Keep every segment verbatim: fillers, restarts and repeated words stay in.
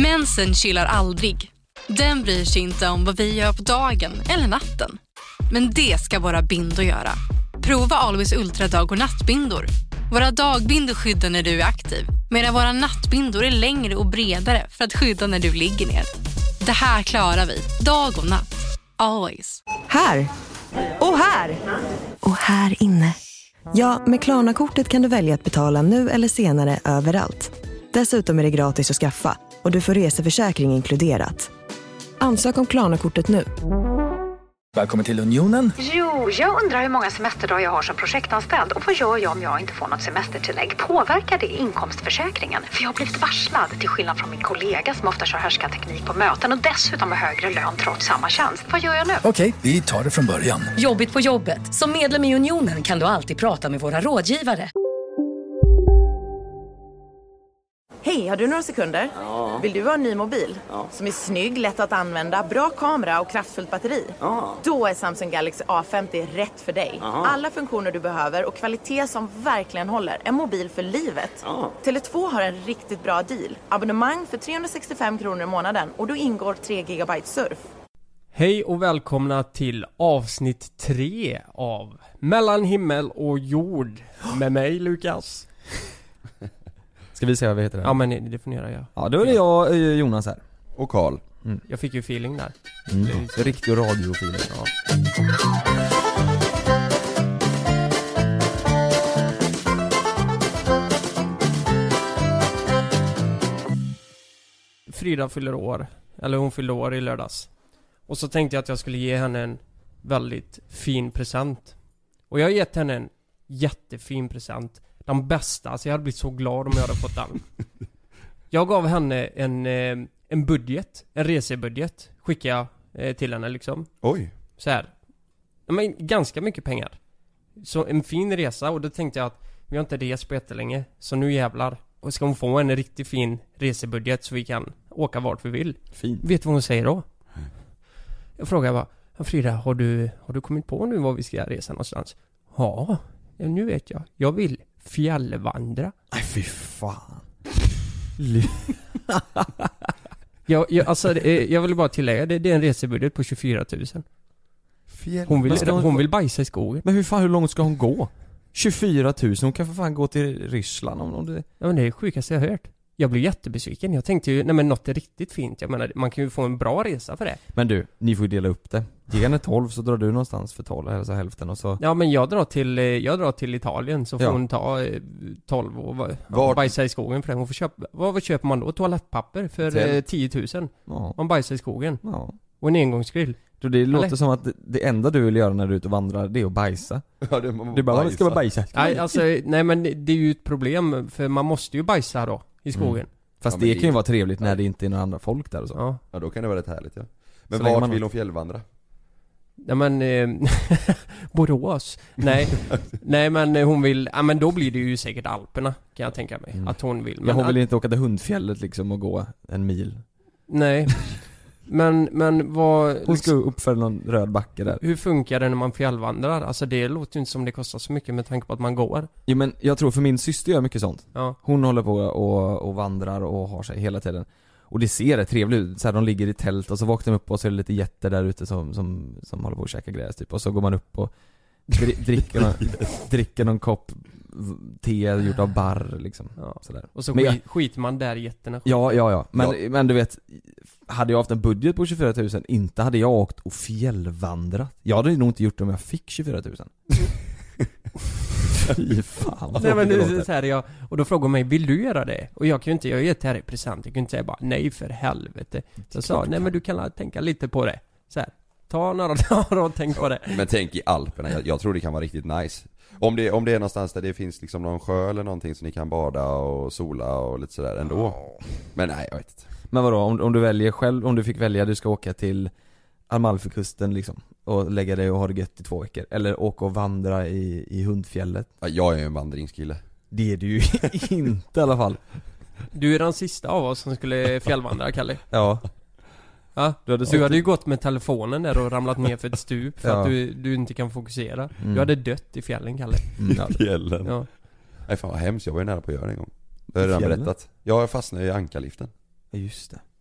Mensen chillar aldrig. Den bryr sig inte om vad vi gör på dagen eller natten. Men det ska våra bindor göra. Prova Always Ultra dag- och nattbindor. Våra dagbindor skyddar när du är aktiv, medan våra nattbindor är längre och bredare för att skydda när du ligger ner. Det här klarar vi, dag och natt. Always. Här! Och här! Och här inne. Ja, med Klarna-kortet kan du välja att betala nu eller senare överallt. Dessutom är det gratis att skaffa och du får reseförsäkring inkluderat. Ansök om Klarna-kortet nu. Välkommen till Unionen. Jo, jag undrar hur många semesterdagar jag har som projektanställd. Och vad gör jag om jag inte får något semestertillägg? Påverkar det inkomstförsäkringen? För jag har blivit varslad, till skillnad från min kollega som ofta kör härskarteknik på möten och dessutom har högre lön trots samma tjänst. Vad gör jag nu? Okej, vi tar det från början. Jobbigt på jobbet. Som medlem i Unionen kan du alltid prata med våra rådgivare. Hej, har du några sekunder? Ja. Vill du ha en ny mobil? Ja. Som är snygg, lätt att använda, bra kamera och kraftfullt batteri? Ja. Då är Samsung Galaxy A femtio rätt för dig. Aha. Alla funktioner du behöver och kvalitet som verkligen håller. En mobil för livet. Ja. Tele två har en riktigt bra deal. Abonnemang för trehundrasextiofem kronor i månaden och då ingår tre gigabyte surf. Hej och välkomna till avsnitt tre av Mellan himmel och jord med mig, Lukas. Ska vi säga vad vi heter? Ja, men det får ni göra, ja. Ja, då är det jag, Jonas här. Och Carl. Mm. Jag fick ju feeling där. Mm. Det är riktig radiofil. Ja. Frida fyller år. Eller hon fyller år i lördags. Och så tänkte jag att jag skulle ge henne en väldigt fin present. Och jag har gett henne en jättefin present. De bästa, alltså jag hade blivit så glad om jag hade fått den. Jag gav henne en, en budget, en resebudget. Skickade jag till henne liksom. Oj. Så här. Men ganska mycket pengar. Så en fin resa, och då tänkte jag att vi har inte rest på jättelänge. Så nu jävlar. Och ska hon få en riktigt fin resebudget så vi kan åka vart vi vill. Fint. Vet du vad hon säger då? Jag frågar bara, Frida, har du, har du kommit på nu var vi ska resa någonstans? Ja, nu vet jag. Jag vill fjällvandra. Nej, fy fan. jag, jag, alltså, jag vill bara tillägga, det, det är en resebudget på tjugofyra tusen. Hon vill, hon, hon vill bajsa i skogen. Men hur fan, hur långt ska hon gå? tjugofyra tusen, hon kan för fan gå till Ryssland om, om det... Ja, men det är det sjukaste jag har hört. Jag blev jättebesviken. Jag tänkte ju, nej men något är riktigt fint. Jag menar, man kan ju få en bra resa för det. Men du, ni får ju dela upp det. Ge henne tolv så drar du någonstans för tolv, eller så hälften och så... Ja, men jag drar till, jag drar till Italien så får ja. hon ta tolv och, och bajsa i skogen för det. Hon får köpa, vad köper man då? Toalettpapper för Tält. tio tusen. Ja. Man bajsar i skogen. Ja. Och en engångsgrill. Så det låter eller? Som att det, det enda du vill göra när du är ute och vandrar, det är att bajsa. Ja, det är du bara, bajsa. Ska man bajsa? Nej, alltså, nej men det, det är ju ett problem. För man måste ju bajsa då i skogen. Mm. Fast ja, det, det kan ju vara trevligt när det inte är några andra folk där och så. Ja, ja då kan det vara rätt härligt, ja. Men så vart vill hon fjällvandra? Ja men eh, Borås. Nej. Nej men hon vill, ja men då blir det ju säkert Alperna kan jag tänka mig mm. att hon vill. Men ja, hon vill inte åka till Hundfjället liksom och gå en mil. Nej. Men men vad hon ska upp för någon röd backe där. Hur funkar det när man fjällvandrar? Alltså det låter ju inte som det kostar så mycket med tanke på att man går. Jo men jag tror för min syster gör mycket sånt. Ja. Hon håller på och, och vandrar och har sig hela tiden. Och det ser rätt trevligt ut. Så här, de ligger i tält och så vaknar de upp och så är det lite jätter där ute som, som, som håller på att käka gräs typ. Och så går man upp och dri- dricker, någon, dricker någon kopp te gjort av barr liksom. Ja. Sådär. Och så skit, jag, skiter man där i jätterna. Ja, ja, ja. Men, ja. men du vet, hade jag haft en budget på tjugofyra tusen, inte hade jag åkt och fjällvandrat. Jag hade nog inte gjort det om jag fick tjugofyra tusen. Fy fan. Nej, men det är så här, jag, och då frågar mig, vill du göra det? Och jag kan ju inte, jag har gett det här i present. Jag kan inte säga bara, nej för helvete. Så jag sa, nej men du kan tänka lite på det. Så här, ta några dagar och tänk på det. Men tänk i Alperna, jag, jag tror det kan vara riktigt nice. Om det, om det är någonstans där det finns liksom någon sjö eller någonting så ni kan bada och sola och lite sådär ändå. Men nej, jag vet inte. Men vadå, om, om du väljer själv, om du fick välja, du ska åka till Amalfikusten liksom och lägga dig och ha det gött i två veckor. Eller åka och vandra i, i Hundfjället. Ja, jag är ju en vandringskille. Det är du ju inte i alla fall. Du är den sista av oss som skulle fjällvandra, Kalle. Ja. Ja, du hade, du hade ju gått med telefonen där och ramlat ner för ett stup för ja. att du, du inte kan fokusera. Mm. Du hade dött i fjällen, Kalle. Mm. I fjällen? Ja. Nej fan vad hemskt, jag var ju nära på att göra det en gång. Det har jag redan berättat. Jag fastnade i ankarliften. Ja just det.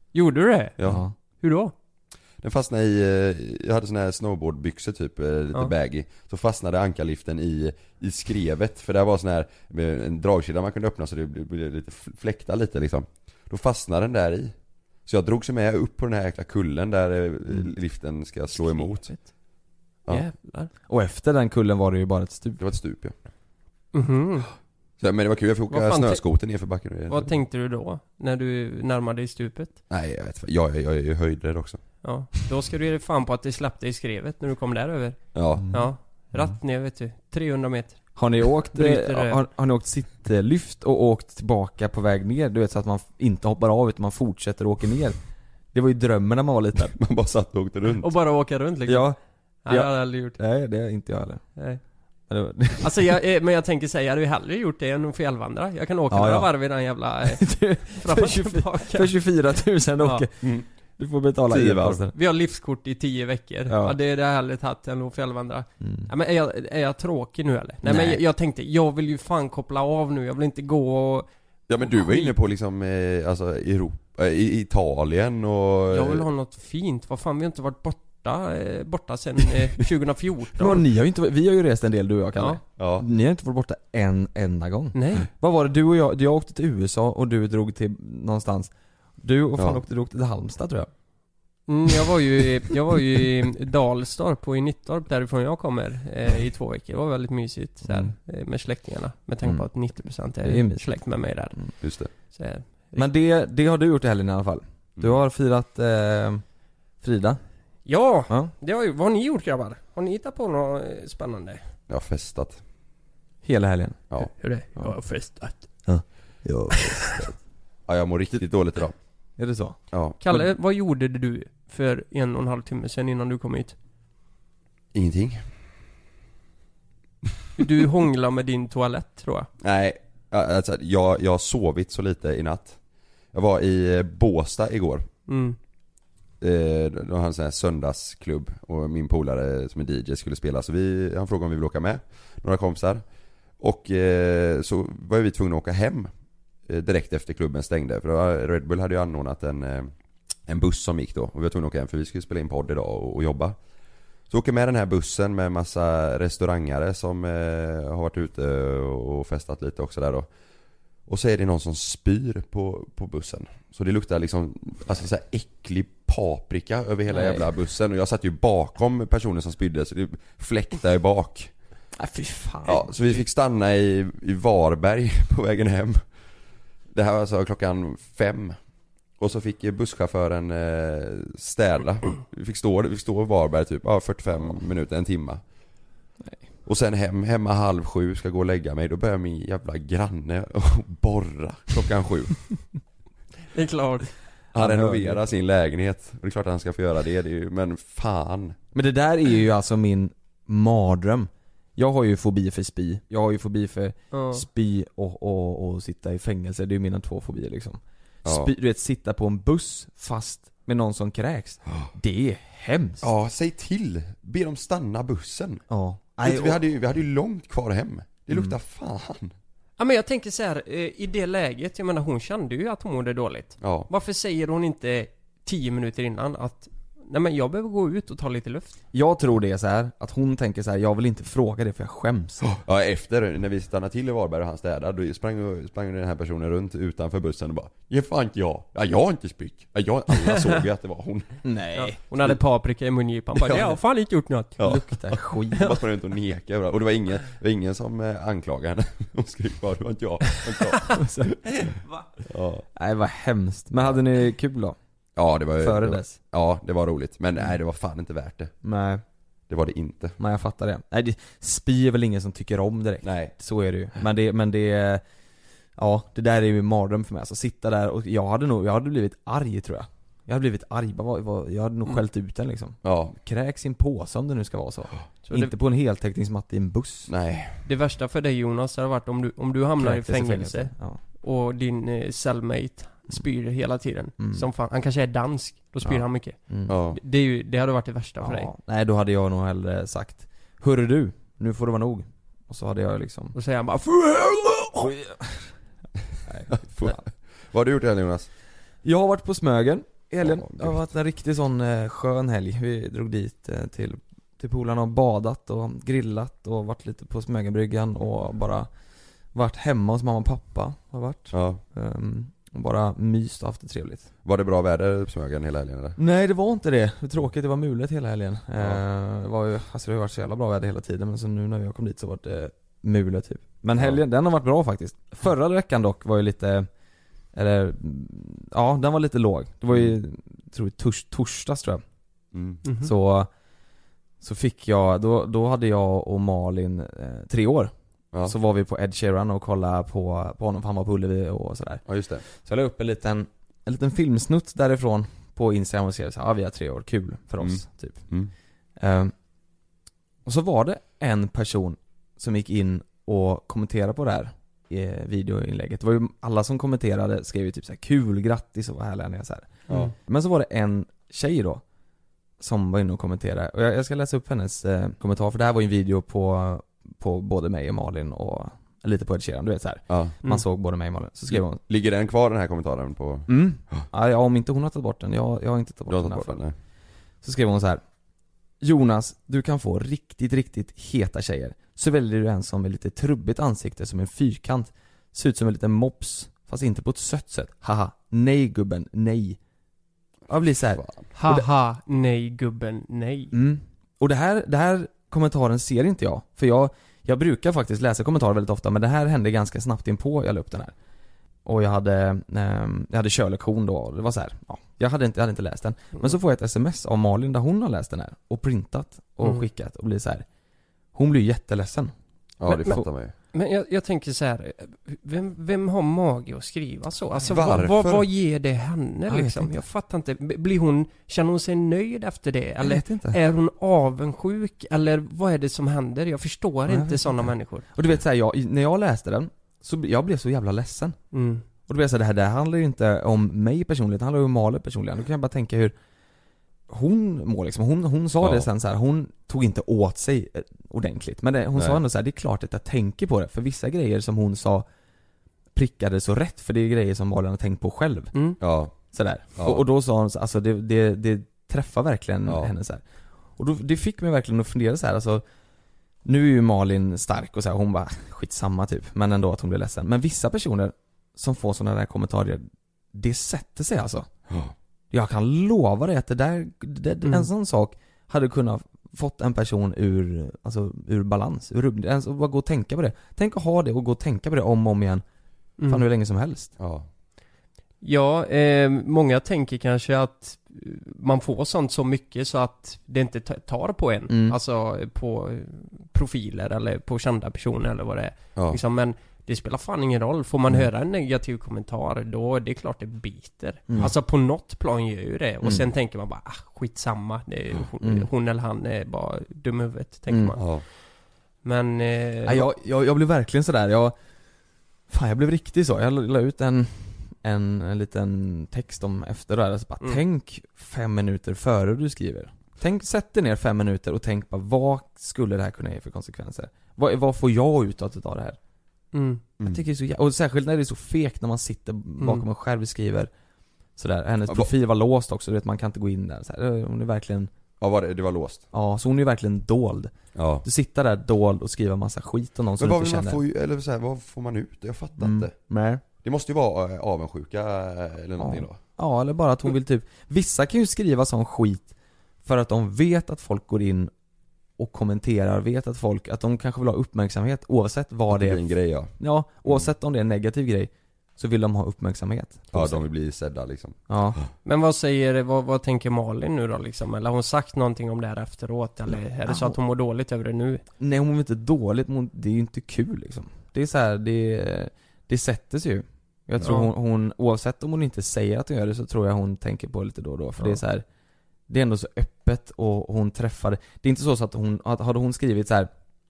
Gjorde du det? Ja. Hur då? Den fastnade i, eh, jag hade såna här snowboardbyxor typ, eh, lite Ja. baggy. Så fastnade ankarliften i, i skrevet. För det var sån här, med en dragkedja man kunde öppna så det blev lite fläkta lite liksom. Då fastnade den där i. Så jag drog sig med upp på den här jäkla kullen där eh, liften ska slå emot. Ja. Jävlar. Och efter den kullen var det ju bara ett stup. Det var ett stup, ja. Mhm. Så, men det var kul, jag fick Vad åka fan snöskoter ner för backen. Vad tänkte du då? När du närmade dig stupet? Nej, jag vet jag, jag, jag är ju höjdrädd också. Ja, då ska du ge dig fan på att det släppte i skrevet när du kom där över. Ja. Ja, rätt ner vet du, trehundra meter. Har ni åkt, Bryter eh, det. har, har ni åkt sittlyft och åkt tillbaka på väg ner? Du vet, så att man inte hoppar av utan man fortsätter och åker ner. Det var ju drömmen när man var liten. Man bara satt och åkte runt. Och bara åka runt liksom. Ja. Nej, Ja. det har jag aldrig gjort. Nej, det är inte jag heller. Nej. Men det var- Alltså jag, eh, men jag tänker säga, jag hade ju hellre gjort det än att fjällvandra. Jag kan åka Ja, några ja. varv i den jävla... Eh, Du, fram för, och tjugofyra, tillbaka. för tjugofyra tusen Ja. åker. Mm. Du får betala Tio e-posten. Vi har livskort i tio veckor. Ja, Ja. det är det hellre tagit än att fjällvandra. Mm. Ja, men är jag, är jag tråkig nu eller? Nej, Nej. men jag, jag tänkte, jag vill ju fan koppla av nu. Jag vill inte gå och... Ja men du var inne på liksom, eh, alltså Europa, eh, i Italien och... Jag vill ha något fint. Vad fan, vi har inte varit borta, eh, borta sen eh, tjugo fjorton. Men ni har ju inte, vi har ju rest en del du och jag, Kalle. Ja. Ja. Ni har inte varit borta en enda gång. Nej. Vad var det, du och jag, jag åkte till U S A och du drog till någonstans. Du och fan Ja. åkte, du åkte till Halmstad tror jag. Mm, jag var ju i, jag var ju i Dalstorp och i Nittorp därifrån jag kommer eh, i två veckor. Det var väldigt mysigt så här, Mm. eh, med släktingarna. Med tanke på Mm. att nittio procent är, Det är mysigt. släkt med mig där. Just det. Så, eh, Men det, det har du gjort i helgen i alla fall. Du har firat eh, Frida. ja, Ja. det har ju, vad har ni gjort grabbar? Har ni hittat på något eh, spännande? Jag har festat. Hela helgen. Ja. Hur är det? Ja. Jag har festat. Ja. Ja, jag mår riktigt dåligt idag. Är det så? Ja. Kalle, vad gjorde du för en och en halv timme sedan innan du kom hit? Ingenting. Du hånglar med din toalett tror jag. Nej, alltså, jag, jag har sovit så lite i natt. Jag var i eh, Båstad igår. Mm. Eh, Då har han en sån här söndagsklubb och min polare som är D J skulle spela. Så vi, han frågade om vi vill åka med, några kompisar. Och eh, så var vi tvungna att åka hem eh, direkt efter klubben stängde. För då var- Red Bull hade ju anordnat en, eh, en buss som gick då. Och vi var tvungna att åka hem för vi skulle spela in podd idag och, och jobba. Så åker med den här bussen med massa restaurangare som eh, har varit ute och festat lite också där då. Och så är det någon som spyr på, på bussen. Så det luktar liksom, alltså så här äcklig paprika över hela Nej. jävla bussen. Och jag satt ju bakom personen som spydde så det fläktade bak. Nej fy fan. Ja, så vi fick stanna i, i Varberg på vägen hem. Det här var alltså klockan fem. Och så fick busschauffören eh, städa. Vi fick stå, vi fick stå i Varberg typ ja, fyrtiofem minuter, en timme. Nej. Och sen hem, hemma halv sju, ska gå och lägga mig. Då börjar min jävla granne och borra klockan sju. Det är klart. Han Han renoverar höger. sin lägenhet. Och det är klart att han ska få göra det, det är ju, men fan. Men det där är ju alltså min mardröm. Jag har ju fobi för spy. Jag har ju fobi för Ja. spy och, och, och sitta i fängelse. Det är ju mina två fobier liksom. Ja. Spy, du vet, sitta på en buss fast med någon som kräks. Det är hemskt. Ja, säg till. Be dem stanna bussen. Ja. Vet du, vi, hade ju, vi hade ju långt kvar hem. Det luktar fan. Ja men jag tänker så här, eh, i det läget, jag menar hon kände ju att hon mådde dåligt. Ja. Varför säger hon inte tio minuter innan att nej men jag behöver gå ut och ta lite luft? Jag tror det är så här att hon tänker så här: jag vill inte fråga det för jag skäms. Ja, efter, när vi stannade till i Varberg och han städade, då sprang, sprang den här personen runt utanför bussen och bara ge fan inte jag. Ja, jag har inte spytt. Ja, jag, alla såg ju att det var hon. Nej. Ja, hon hade paprika i mungipan, bara, Ja. jag har fan inte gjort något. Ja. Luktar skit. Hon bara sprang runt och nekade överallt. Och det var ingen, det var ingen som eh, anklagade henne. Hon skrek bara, det var inte jag. Det var inte jag. Ja. Nej vad hemskt. Men hade ni kul då? Ja, det var Före det var, dess? Ja, det var roligt. Men nej, det var fan inte värt det. Nej. Det var det inte. Men jag fattar det. Nej, det, spy är väl ingen som tycker om direkt. Nej. Så är det ju. Men det, men det, ja, det där är ju en mardröm för mig. Alltså sitta där och jag hade nog, jag hade blivit arg tror jag. Jag hade blivit arg, bara, vad, vad, jag hade nog skällt ut den liksom. Ja. Kräk sin påse om det nu ska vara så. Så Inte det, på en heltäckningsmatta i en buss. Nej. det värsta för dig Jonas hade varit om du, om du hamnar i Kräktes fängelse, Ja. och din eh, cellmate spyr hela tiden. Mm. Som fan, han kanske är dansk, då spyr Ja. han mycket. Mm. Ja. Det, är ju, det hade varit det värsta för dig. Ja. Nej, då hade jag nog hellre sagt: hörru du, nu får det vara nog. Och så hade jag liksom Och säger han bara Nej, Vad har du gjort igen Jonas? jag har varit på Smögen. helgen, Ja, det har varit en riktigt sån eh, skön helg. Vi drog dit eh, till, till polarna och badat och grillat och varit lite på Smögenbryggan och bara varit hemma hos mamma och pappa har varit. Ja. Um, och bara myst och haft det trevligt. Var det bra väder på Smögen hela helgen eller? Nej, det var inte det. Det var tråkigt, det var mulet hela helgen. Ja. Eh, det, var ju, alltså det har varit så jävla bra väder hela tiden, men så nu när jag kom dit så var det mulet typ. Men helgen, ja. Den har varit bra faktiskt. Förra veckan dock var ju lite, eller ja, den var lite låg. Det var ju, mm. tror jag, tors, torsdags tror jag. Mm. Mm-hmm. Så, så fick jag, då, då hade jag och Malin eh, tre år. Ja. Så var vi på Ed Sheeran och kollade på, på honom, för han var på Ullevi och sådär. Ja, just det. Så jag la upp en liten, en liten filmsnutt därifrån på Instagram och skrev så här, ja, vi har tre år, kul för oss, mm. typ. Mm. Um, och så var det en person som gick in och kommenterade på det här i videoinlägget. Det var ju alla som kommenterade skrev ju typ så här, kul, grattis och vad härliga ni är så här. Mm. Men så var det en tjej då som var inne och kommenterade. Och jag, jag ska läsa upp hennes eh, kommentar, för det här var ju en video på på både mig och Malin och lite på Ed Sheeran, du vet så här. Ja. Man mm. såg både mig och Malin. Så skrev hon, ligger den kvar den här kommentaren på? Mm. Ja, om inte hon har tagit bort den. Jag, jag har inte tagit bort, tagit den, bort den. Nej. Så skrev hon så här: Jonas, du kan få riktigt, riktigt heta tjejer. Så väljer du en som med lite trubbigt ansikte, som en fyrkant. Ser ut som en liten mops, fast inte på ett sött sätt. Haha, nej gubben, nej. Jag blir så här. Haha, nej gubben, nej. Mm. Och det här, det här kommentaren ser inte jag. För jag, jag brukar faktiskt läsa kommentarer väldigt ofta, men det här hände ganska snabbt in på jag la upp den här. Och jag hade, eh, jag hade körlektion då, och det var så här, ja, jag hade inte, jag hade inte läst den. Mm. Men så får jag ett sms av Malin där hon har läst den här och printat och mm. skickat och blir så här. Hon blir jätteledsen. Ja, det fattar man ju. Men jag, jag tänker så här, vem, vem har mage att skriva så? Alltså Varför? vad, vad, vad ger det henne jag liksom? Jag, jag fattar inte. Blir hon, känner hon sig nöjd efter det? Eller vet inte. Är hon avundsjuk? Eller vad är det som händer? Jag förstår jag inte sådana inte. människor. Och du vet så här, jag, när jag läste den så jag blev så jävla ledsen. Mm. Och då blev jag så här, det här, det här handlar ju inte om mig personligen, det handlar ju om Malin personligen. Då kan jag bara tänka hur hon mår liksom. Hon, hon sa ja. det sen så här, hon tog inte åt sig ordentligt. Men det, hon Nej. sa ändå så här, det är klart att jag tänker på det. För vissa grejer som hon sa prickade så rätt. För det är grejer som Malin har tänkt på själv. Mm. Ja. Sådär. Ja. Och, och då sa hon så, alltså det, det, det träffar verkligen ja. henne så här. Och då, det fick mig verkligen att fundera så här, alltså. Nu är ju Malin stark och så här, hon bara skitsamma typ. Men ändå att hon blir ledsen. Men vissa personer som får sådana där kommentarer, det sätter sig alltså. Ja. Jag kan lova dig att det där, det, mm. en sån sak hade kunnat fått en person ur, alltså, ur balans, ur rubbning. Alltså, bara gå och tänka på det. Tänk att ha det och gå och tänka på det om och om igen. Mm. Fan hur länge som helst. Ja, ja eh, många tänker kanske att man får sånt så mycket så att det inte tar på en. Mm. Alltså på profiler eller på kända personer eller vad det är. Ja. Liksom, men det spelar fan ingen roll. Får man mm. höra en negativ kommentar, då det är klart det biter. Mm. Alltså på något plan gör ju det. Och mm. sen tänker man bara, ah, skitsamma. Det är, hon, mm. hon eller han är bara dum i huvudet, tänker mm. man. Ja. Men... Eh, ja, jag, jag, jag blev verkligen sådär. Jag, fan, jag blev riktigt så. Jag la ut en, en, en liten text om efter det här. Alltså bara, mm. tänk fem minuter före du skriver. Tänk, sätt dig ner fem minuter och tänk bara, vad skulle det här kunna ge för konsekvenser? Vad, vad får jag ut av det här? Mm. Jag tycker det är så, och särskilt när det är så fekt när man sitter bakom mm. en skärm och skriver sådär. Hennes profil var låst också, du vet, man kan inte gå in där så här. Hon är verkligen... Ja, var det, det var låst. Ja, så hon är verkligen dold. Ja. Du sitter där dold och skriver massa skit om någon som men du inte vad känner. Får ju, eller så här, vad får man ut? Jag fattar mm. inte. Nej. Det måste ju vara äh, avundsjuka eller någonting ja. då. Ja, eller bara att hon vill typ... Vissa kan ju skriva sån skit för att de vet att folk går in och kommenterar, vet att folk, att de kanske vill ha uppmärksamhet oavsett vad det är. Det är en grej, ja. Ja, oavsett mm. om det är en negativ grej så vill de ha uppmärksamhet. Ja, de vill bli sedda liksom. Ja. Men vad säger, vad, vad tänker Malin nu då liksom? Eller har hon sagt någonting om det här efteråt? Eller är det så att hon mår dåligt över det nu? Nej, hon mår inte dåligt, men det är ju inte kul liksom. Det är så här, det, det sätter sig ju. Jag tror ja. hon, hon, oavsett om hon inte säger att hon gör det, så tror jag hon tänker på det lite då och då. För ja. det är så här, det är ändå så öppet och hon träffade. Det är inte så, så att hon, hade hon skrivit så här,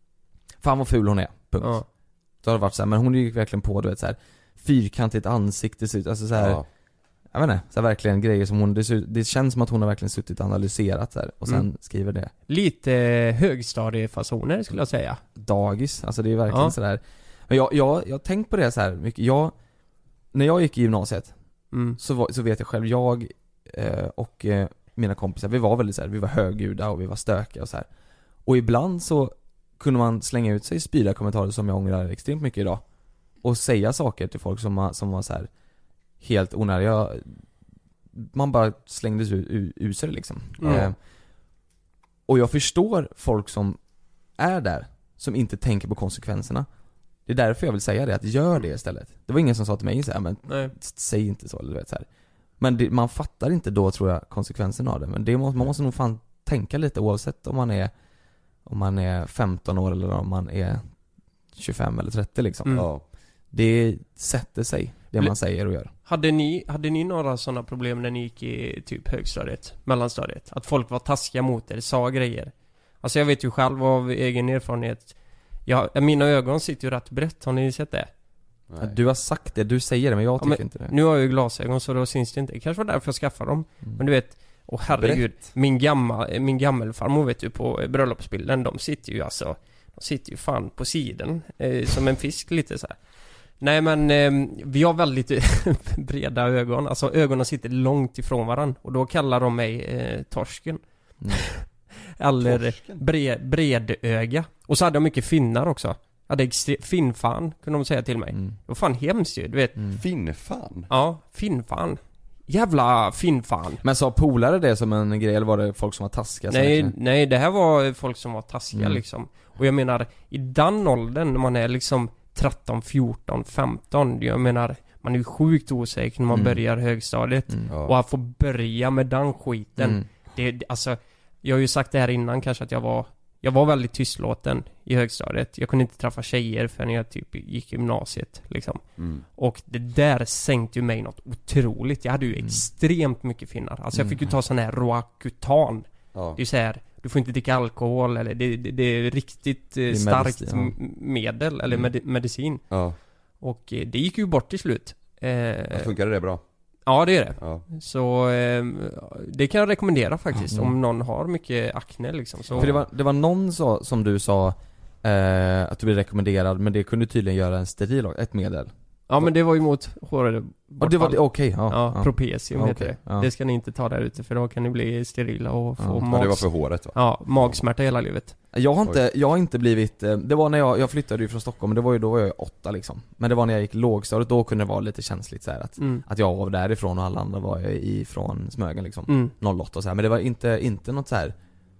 fan vad ful hon är, punkt. Ja. Då hade det varit så här, men hon gick verkligen på, du vet så här, fyrkantigt ansikte, alltså så här, ja. jag vet inte, så här, verkligen grejer som hon, det, det känns som att hon har verkligen suttit och analyserat så här, och sen mm. skriver det. Lite högstadiefasoner skulle jag säga. Dagis, alltså det är verkligen ja. så där. Men jag, jag, jag har tänkt på det så här mycket. Jag, när jag gick i gymnasiet mm. så, var, så vet jag själv, jag eh, och eh, mina kompisar, vi var väldigt så här, vi var högljudda och vi var stökiga och så här. Och ibland så kunde man slänga ut sig spydiga kommentarer som jag ångrar extremt mycket idag. Och säga saker till folk som, som var så här helt onödiga. Man bara slängde ut ur, ur sig liksom. Mm. Eh, och jag förstår folk som är där, som inte tänker på konsekvenserna. Det är därför jag vill säga det, att gör det istället. Det var ingen som sa till mig så här, men Nej. säg inte så, eller du vet så här. Men det, man fattar inte då, tror jag, konsekvenserna av det. Men det måste, man måste nog fan tänka lite, oavsett om man är om man är femton år eller om man är tjugofem eller trettio liksom. Mm. Ja. Det sätter sig, det man säger och gör. Hade ni, hade ni några sådana problem när ni gick i typ högstadiet, mellanstadiet? Att folk var taskiga mot er, sa grejer? Alltså jag vet ju själv av egen erfarenhet. Jag, mina ögon sitter ju rätt brett, har ni sett det? Nej. Du har sagt det, du säger det, men jag tycker ja, men inte det. Nu har jag ju glasögon så då syns det inte. Det kanske var därför jag skaffade dem. Mm. Men du vet, åh herregud, min gamma, min gammelfarmor vet du på bröllopsbilden, de sitter ju alltså, de sitter ju fan på sidan eh, som en fisk lite så här. Nej men eh, vi har väldigt breda ögon, alltså ögonen sitter långt ifrån varann och då kallar de mig eh, torsken. Mm. Eller bred, bredöga. Och så hade jag mycket finnar också. Jag hade extre- finnfan, kunde de säga till mig. Mm. Det var fan hemskt ju, du vet. Mm. Finnfan? Ja, finnfan. Jävla finnfan. Men sa polare det som en grej, eller var det folk som var taskiga? Nej, nej, det här var folk som var taskiga mm. liksom. Och jag menar, i den åldern när man är liksom tretton, fjorton, femton, jag menar, man är ju sjukt osäker när man mm. börjar högstadiet. Mm. Ja. Och att få börja med den skiten. Mm. Det, alltså, jag har ju sagt det här innan kanske att jag var Jag var väldigt tystlåten i högstadiet. Jag kunde inte träffa tjejer förrän jag typ gick gymnasiet liksom. Mm. Och det där sänkte ju mig något otroligt. Jag hade ju mm. extremt mycket finnar. Alltså jag fick ju ta sån här Roacutan. Ja. Det är ju så här, du får inte dricka alkohol eller det, det, det är riktigt det är starkt medicin, ja. medel eller mm. med, medicin. Ja. Och det gick ju bort till slut. Eh, ja, funkade det bra? Ja, det är det. Ja. Så eh, det kan jag rekommendera faktiskt mm. om någon har mycket akne liksom. Så. För det var, det var någon så, som du sa eh, att du blev rekommenderad, men det kunde tydligen göra en steril, ett medel. Ja, men det var ju mot hårbortfall. Ja, det var det, okej. Okay, ja, ja, ja. Propesium ja, heter okay, det. Ja. Det ska ni inte ta där ute för då kan ni bli sterila och få ja. mags... Ja, det var för håret va? Ja, magsmärta hela livet. Jag har inte, jag har inte blivit, det var när jag, jag flyttade ju från Stockholm, det var ju då var jag åtta liksom. Men det var när jag gick lågstadiet, då kunde det vara lite känsligt så här att, mm. att jag var därifrån och alla andra var ifrån Smögen liksom. Mm. noll åtta och så här. Men det var inte, inte något så här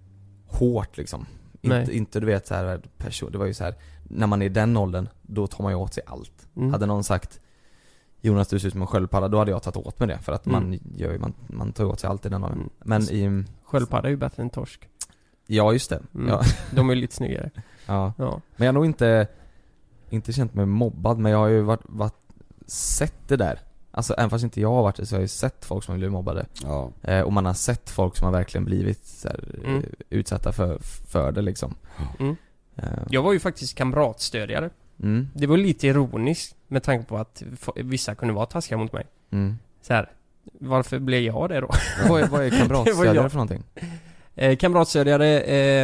hårt liksom. Inte, inte du vet så här person, det var ju så här när man är i den åldern, då tar man ju åt sig allt. Mm. Hade någon sagt Jonas, du ser ut som en sköldpadda, då hade jag tagit åt med det. För att mm. man, gör, man, man tar åt sig allt i den åldern. Mm. Men i... Sköldpadda är ju bättre än torsk. Ja, just det. Mm. Ja. De är lite snyggare. Ja. Ja. Men jag har nog inte Inte känt mig mobbad, men jag har ju varit, varit sett det där. Alltså även fast inte jag har varit det, så har jag ju sett folk som blivit mobbade. Ja. eh, Och man har sett folk som har verkligen blivit så här, mm. utsatta för, för det liksom. Mm. eh. Jag var ju faktiskt kamratstödjare. Mm. Det var lite ironiskt med tanke på att vissa kunde vara taskiga mot mig. Mm. Så här, varför blev jag det då? vad, är, vad är kamratstödjare för någonting? Eh, kamratstödjare eh,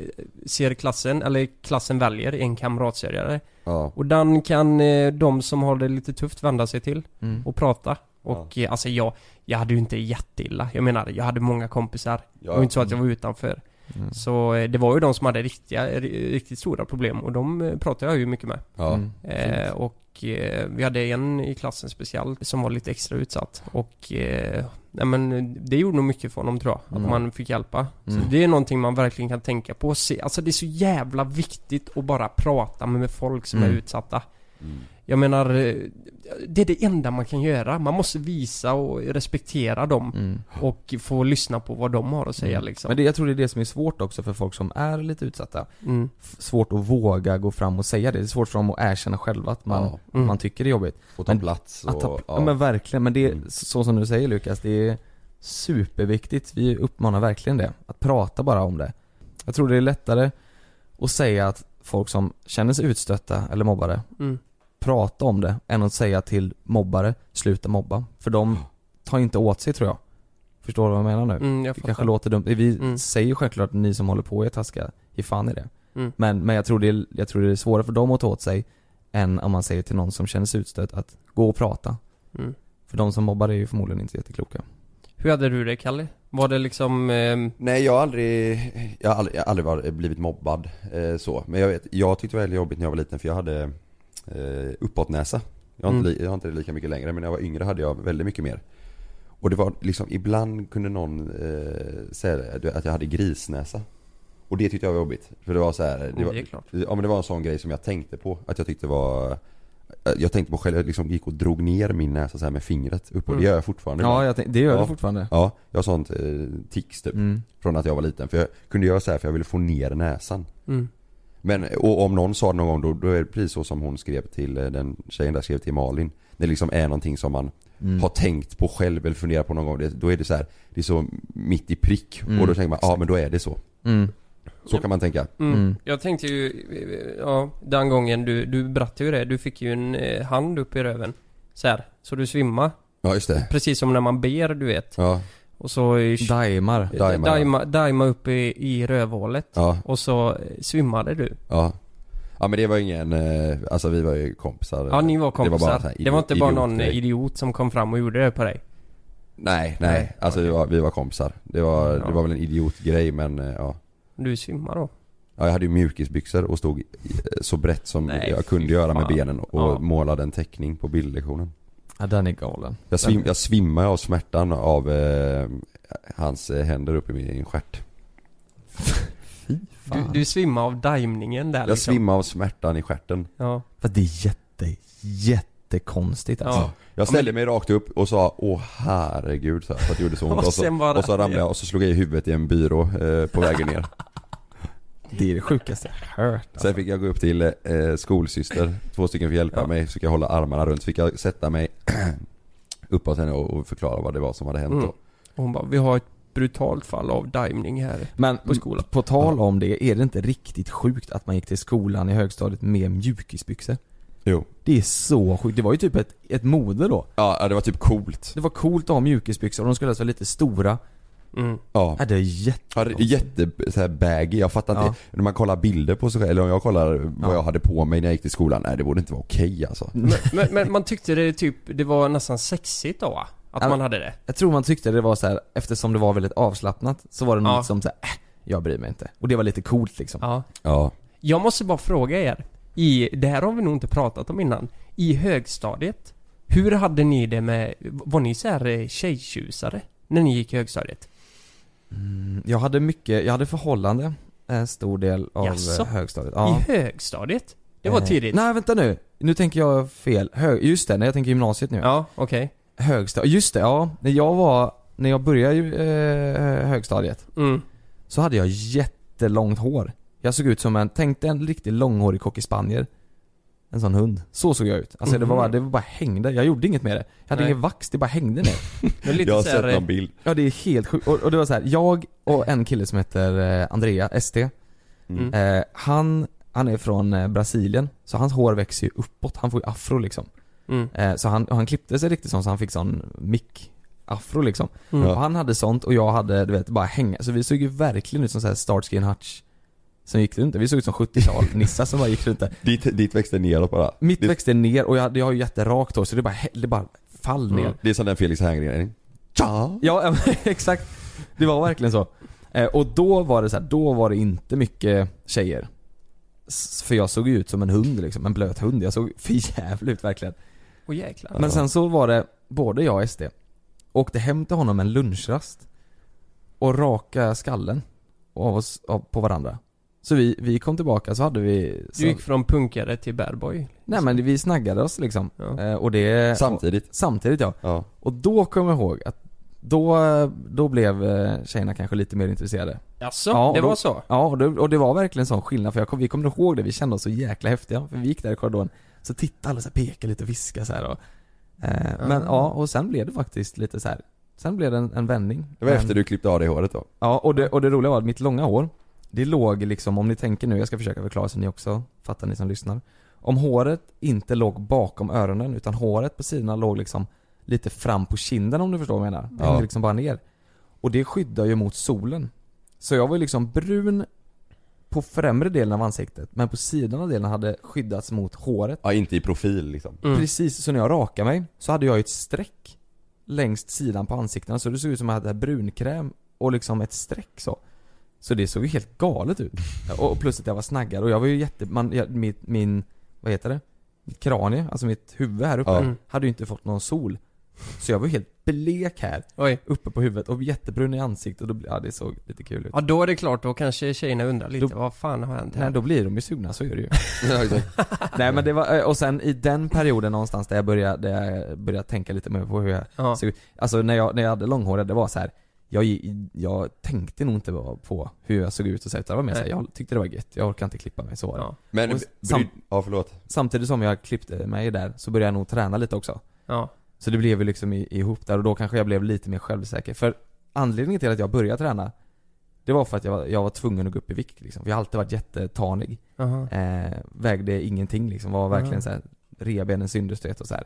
ser klassen, eller klassen väljer en kamratstödjare. Ja. Och den kan eh, de som har det lite tufft vända sig till mm. och prata. Och ja. eh, alltså jag, jag hade ju inte jätteilla. Jag menar, jag hade många kompisar. Ja. Det var inte så att jag var utanför. Mm. Så eh, det var ju de som hade riktiga, riktigt stora problem. Och de eh, pratade jag ju mycket med. Ja. Mm. Eh, och eh, vi hade en i klassen speciellt som var lite extra utsatt. Och eh, nej, men det gjorde nog mycket för honom tror jag. Att mm. man fick hjälpa. Mm. Så det är någonting man verkligen kan tänka på. Se, alltså det är så jävla viktigt att bara prata med, med folk som mm. är utsatta. Mm. Jag menar, det är det enda man kan göra. Man måste visa och respektera dem mm. och få lyssna på vad de har att säga mm. liksom. Men det, jag tror det är det som är svårt också för folk som är lite utsatta. Mm. Svårt att våga gå fram och säga det. Det är svårt för dem att erkänna själva att man, ja. mm. man tycker det är jobbigt. Och ta men, plats och, ta, ja. ja men verkligen, men det är mm. så som du säger Lukas, det är superviktigt. Vi uppmanar verkligen det. Att prata bara om det. Jag tror det är lättare att säga att folk som känner sig utstötta eller mobbade mm. prata om det än att säga till mobbare sluta mobba. För de tar inte åt sig tror jag. Förstår du vad jag menar nu? Mm, jag det kanske låter dumt. Vi mm. säger självklart att ni som håller på är taskiga. Ge fan i det. Mm. Men, men jag, tror det är, jag tror det är svårare för dem att ta åt sig än om man säger till någon som känner sig utstött att gå och prata. Mm. För de som mobbar är ju förmodligen inte jättekloka. Hur hade du det, Kalle? Var det liksom... Eh... Nej, jag har aldrig, jag har aldrig, jag har aldrig varit, blivit mobbad eh, så. Men jag vet, jag tyckte det var väldigt jobbigt när jag var liten för jag hade eh, uppåtnäsa. Jag har, Mm. inte, jag har inte det lika mycket längre, men när jag var yngre hade jag väldigt mycket mer. Och det var liksom, ibland kunde någon eh, säga att jag hade grisnäsa. Och det tyckte jag var jobbigt. För det var så här, det var, det är klart. ja, men det var en sån grej som jag tänkte på. Att jag tyckte var... Jag tänkte på själv, jag liksom gick och drog ner min näsa så här med fingret upp och Mm. det gör jag fortfarande. Ja, jag tänk, det gör ja. du fortfarande. Ja, jag har sånt eh, tics typ. Mm. Från att jag var liten. För jag kunde göra så här för jag ville få ner näsan. Mm. Men, och om någon sa det någon gång då, då är det precis så som hon skrev till eh, den tjejen där skrev till Malin. Det liksom är någonting som man Mm. har tänkt på själv eller funderat på någon gång. Det, då är det så här, det är så mitt i prick. Mm. Och då tänker man, ja men då är det så. Mm. Så kan man tänka. Mm. Mm. Jag tänkte ju, ja, den gången du, du berättade ju det. Du fick ju en eh, hand upp i röven. Så här, så du svimmade. Ja just det. Precis som när man ber, du vet. Ja, Och så... eh, Daimar. Daimar, Daima, daima upp i, i rövhålet. ja, Och så eh, svimmade du. ja. Ja men det var ingen, eh, alltså vi var ju kompisar. Ja, ni var Det var, kompisar. bara Det en sån var, här inte bara någon idiotgrej. idiot som kom fram och gjorde det på dig. Nej, nej, alltså vi var, vi var kompisar. Det var, Ja. det var väl en idiotgrej men eh, ja. Du svimmade då. Ja, jag hade ju mjukisbyxor och stod i- så brett som Nej, jag kunde fy göra med fan. benen och Ja. målade en teckning på bildlektionen. Ja, den är galen. Jag, svim, jag svimmade av smärtan av eh, hans eh, händer upp i min stjärt. Fy Du, fan. du svimmade av daimningen där Jag liksom. svimmade av smärtan i stjärten. Ja. För det är jätte, jättekonstigt alltså. Ja. Jag ställde mig rakt upp och sa åh herregud så här, för att det gjorde så ont. Och Och så, sen bara- och så ramlade jag och så slog jag i huvudet i en byrå eh, på vägen ner. Det är det sjukaste jag hört alltså. Sen fick jag gå upp till eh, skolsyster. Två stycken fick hjälpa Ja. mig. Så fick jag hålla armarna runt. Så fick jag sätta mig uppåt henne och, och förklara vad det var som hade hänt Mm. då. Och hon bara, vi har ett brutalt fall av daimning här. Men på skolan. på tal om det, är det inte riktigt sjukt att man gick till skolan i högstadiet med mjukisbyxor? Jo. Det är så sjukt. Det var ju typ ett, ett mode då. Ja, det var typ coolt. Det var coolt att ha mjukisbyxor och de skulle alltså vara lite stora. Mm. Ja. Ja, det är Ja, jätte... det är jätte så här baggy. Jag fattar Ja. inte. När man kollar bilder på sig själv, eller om jag kollar vad Ja. jag hade på mig när jag gick till skolan. Nej, det borde inte vara okej alltså. Men, men, men man tyckte det typ, det var nästan sexigt då va? Att Ja, man hade det. Jag tror man tyckte det var så här, eftersom det var väldigt avslappnat, så var det Ja. något som så här, äh, jag bryr mig inte. Och det var lite coolt liksom. Ja. Ja. Jag måste bara fråga er. I, det här har vi nog inte pratat om innan. I högstadiet. Hur hade ni det med, var ni så här eh, tjejtjusare när ni gick i högstadiet? Mm, jag hade mycket, jag hade förhållande en stor del av Jaså? eh, högstadiet. Ja. I högstadiet? Det var Eh, tidigt. Nej, vänta nu. Nu tänker jag fel. Hö- just det, när jag tänker gymnasiet nu. Ja, okej. Högstadiet, just det, ja. När jag var, när jag började ju, eh, högstadiet, Mm. så hade jag jättelångt hår. Jag såg ut som en, tänkte en riktigt långhårig cocker-spaniel. En sån hund. Så såg jag ut. Alltså det var bara, det var bara hängde. Jag gjorde inget med det. Jag hade Nej. ingen vax, det bara hängde ner. Det är lite Jag har så här, sett någon bild. Ja, det är helt sjukt. Och, och det var så här, jag och en kille som heter eh, Andrea, S T. Mm. Eh, han, han är från eh, Brasilien. Så hans hår växer ju uppåt. Han får ju afro liksom. Mm. Eh, så han, han klippte sig riktigt sånt, så han fick sån mick afro liksom. Mm. Och han hade sånt och jag hade, du vet, bara hänga. Så vi såg ju verkligen ut som så här Starsky and Hutch som gick runt där. Vi såg ut som sjuttiotal nissar som bara gick runt där. Dit, dit växte neråt bara. Mitt det, växte ner och jag, hade, jag har ju jätterakt hår så det bara, det bara fall ner. Mm. det är som den Felix Herngren. Ja. Ja, exakt. Det var verkligen så. Eh, och då var det så här, då var det inte mycket tjejer. S- För jag såg ju ut som en hund liksom, en blöt hund. Jag såg för jävligt ut verkligen. Åh jäklar. Men sen så var det, både jag och S D åkte hem till honom en lunchrast och raka skallen av oss, av, på varandra. Så vi, vi kom tillbaka så hade vi så, Du gick från punkare till bad boy. nej men vi snaggade oss liksom. Ja. eh, och det, Samtidigt. och, samtidigt ja. Ja. Och då kommer jag ihåg att då, då blev eh, tjejerna kanske lite mer intresserade. Jaså, Ja, det och då- var så? Ja, och det, och det var verkligen sån skillnad, för jag kom, vi kommer ihåg det, vi kände oss så jäkla häftiga. För vi gick där i korridoren, så tittade alla så här, pekade lite och viskade så här och, eh, Men ja, och sen blev det faktiskt lite så här. Sen blev det en, en vändning. Det var Men- efter du klippte av dig håret då. Ja, och det, och det roliga var att mitt långa hår, det låg liksom, om ni tänker nu, jag ska försöka förklara så ni också fattar, ni som lyssnar. Om håret inte låg bakom öronen, utan håret på sidorna låg liksom lite fram på kinden, om du förstår vad jag menar. Det Ja. hängde liksom bara ner. Och det skyddar ju mot solen. Så jag var ju liksom brun på främre delen av ansiktet, men på sidan av delen hade skyddats mot håret. Ja, inte i profil liksom. Mm. Precis, så när jag rakade mig så hade jag ju ett streck längs sidan på ansiktena, så det såg ut som att jag hade brunkräm och liksom ett streck så. Så det såg ju helt galet ut. Och plus att jag var snaggad och jag var ju jätte man jag, mitt min vad heter det? Mitt kranie, alltså mitt huvud här uppe Ja. hade ju inte fått någon sol. Så jag var helt blek här. Oj. Uppe på huvudet och jättebrun i ansiktet och då, ja, det såg lite kul ut. Ja, då är det klart, då kanske tjejerna undrar lite, Då- vad fan har hänt här? Nej, då blir de ju sugna, så är det ju. Ja, exakt. Nej, men det var, och sen i den perioden någonstans där jag började, där jag började tänka lite mer på hur jag Ja. såg ut. Alltså när jag, när jag hade långhår, det var så här. Jag, jag tänkte nog inte på hur jag såg ut och så, utan det var mer så här, jag tyckte det var gött. Jag orkar inte klippa mig, så var det. Ja. Men, Och bry- sam- ja förlåt. Samtidigt som jag klippte mig där så började jag nog träna lite också. Ja. Så det blev ju liksom i, ihop där och då kanske jag blev lite mer självsäker. För anledningen till att jag började träna, det var för att jag var, jag var tvungen att gå upp i vikt liksom. För jag har alltid varit jättetanig. Aha. Eh, vägde ingenting liksom, var verkligen Aha. så här revbenens understöt och så här.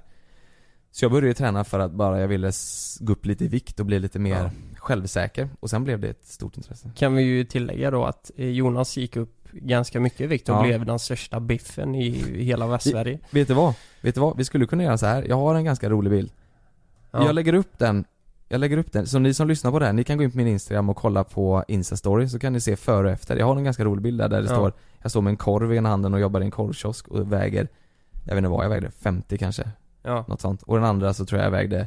Så jag började träna för att bara jag ville s- gå upp lite i vikt och bli lite mer Ja. självsäker. Och sen blev det ett stort intresse. Kan vi ju tillägga då att eh, Jonas gick upp ganska mycket i vikt och Ja. blev den största biffen i hela Västsverige. Vet du vad? Vet du vad? Vi skulle kunna göra så här. Jag har en ganska rolig bild. Ja. Jag lägger upp den. Jag lägger upp den. Så ni som lyssnar på det här, ni kan gå in på min Instagram och kolla på Insta-story, så kan ni se före och efter. Jag har en ganska rolig bild där, där det Ja. står, jag står med en korv i ena handen och jobbar i en korvkiosk och väger, jag vet inte vad jag vägde, femtio kanske. Ja. Något sånt. Och den andra så tror jag jag vägde,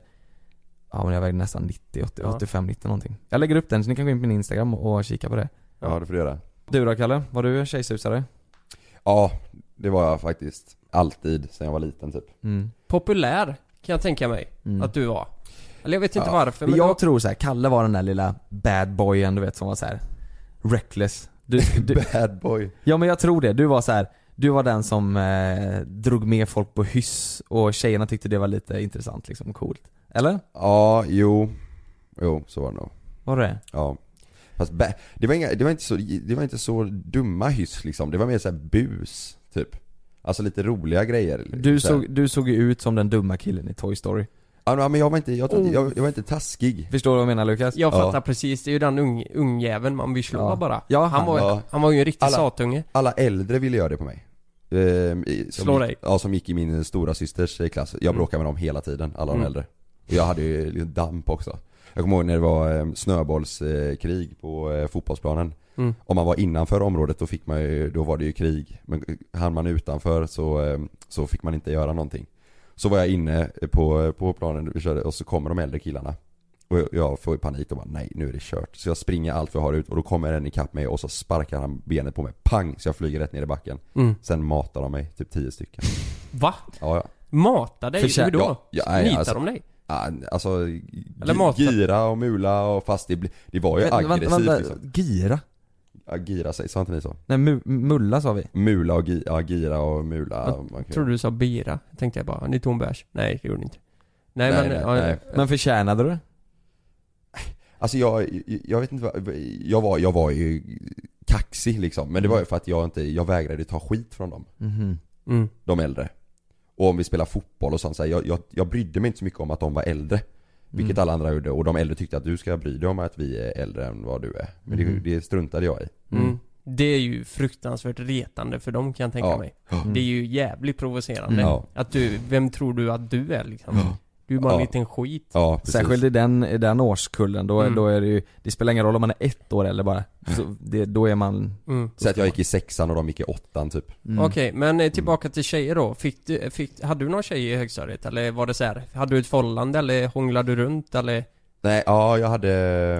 ja men jag vägde nästan nittio, åttio, Ja. åttiofem, nittio någonting. Jag lägger upp den så ni kan gå in på min Instagram och kika på det. Ja, det får du göra. Du då, Kalle? Var du tjejsusare? Ja, det var jag faktiskt. Alltid, sen jag var liten typ. Mm. Populär kan jag tänka mig Mm. att du var. Eller jag vet inte Ja. varför, Men men jag då, tror så här, Kalle var den där lilla bad boyen, du vet, som var så här reckless. Du, du, Bad boy. ja men jag tror det, du var så här. Du var den som eh, drog med folk på hyss och tjejerna tyckte det var lite intressant liksom, coolt. Eller? Ja, jo. Jo, så var det nog. Var det? Ja. Fast ba- det var inga, det var inte så, det var inte så dumma hyss liksom. Det var mer så här bus typ. Alltså lite roliga grejer. Du så här. såg, du såg ju ut som den dumma killen i Toy Story. Ja, men jag var inte, jag, Oh. jag, jag var inte taskig. Förstår du vad jag menar, Lukas? jag fattar Ja. precis, det är ju den ung, ungjäveln man vill slå Ja. bara. Ja, han, han- var, ja. han var ju en riktig Alla- satunge. Alla äldre ville göra det på mig. Ehm, i- som Slå gick, dig. Ja, som gick i min stora systers eh, klass. Jag Mm. bråkade med dem hela tiden, alla de Mm. äldre. Och jag hade ju lite damp också. Jag kommer ihåg när det var eh, snöbollskrig eh, på eh, fotbollsplanen. Mm. Om man var innanför området då fick man ju, då var det ju krig. Men hann man utanför så, eh, så fick man inte göra någonting. Så var jag inne på, på planen vi körde, och så kommer de äldre killarna. Och jag- jag får ju panik och bara nej, nu är det kört. Så jag springer allt vad jag har ut och då kommer en ikapp mig och så sparkar han benet på mig. Pang! Så jag flyger rätt ner i backen. Mm. Sen matar de mig, typ tio stycken. Va? Ja, ja. Mata dig? Förtjä- Hur då? ja, ja, nej, Nitar alltså- de dig? Ja, alltså, Eller gi- mata- gira och mula och fast det, bli- det var ju Vänta, aggressivt vänta, vänta. liksom. Gira? Ja, gira sig, sa inte ni så? Nej, mu- mulla sa vi. Mula och gi- ja, gira och mula. Jag man kan- Tror du sa bira? Jag tänkte jag bara, ni tog en bärs. Nej, det gjorde ni inte. Nej, Nej, men... nej, ja, nej. Men förtjänade du? Alltså jag, jag vet inte vad, jag var, jag var ju kaxig liksom. Men det var ju för att jag inte, jag vägrade ta skit från dem. Mhm. Mm. De äldre. Och om vi spelar fotboll och sånt så här, jag, jag, jag brydde mig inte så mycket om att de var äldre. Vilket Mm. alla andra gjorde. Och de äldre tyckte att du ska bry dig om att vi är äldre än vad du är. Men Mhm. det, det struntade jag i. Mm. Det är ju fruktansvärt retande för dem, kan jag tänka Ja. mig. Mm. Det är ju jävligt provocerande. Mm. Ja. Att du, vem tror du att du är liksom? Ja. Du är bara en Ja. liten skit. Ja, precis. Särskilt i den, i den årskullen, då, Mm. då är det ju, det spelar ingen roll om man är ett år eller bara, så det, då är man... Mm. Så att jag gick i sexan och de gick i åttan typ. Mm. Okej, men eh, tillbaka till tjejer då. Fick du, fick, hade du någon tjej i högstadiet? Eller var det så här? Hade du ett förhållande eller hånglade du runt eller? Nej, ja jag hade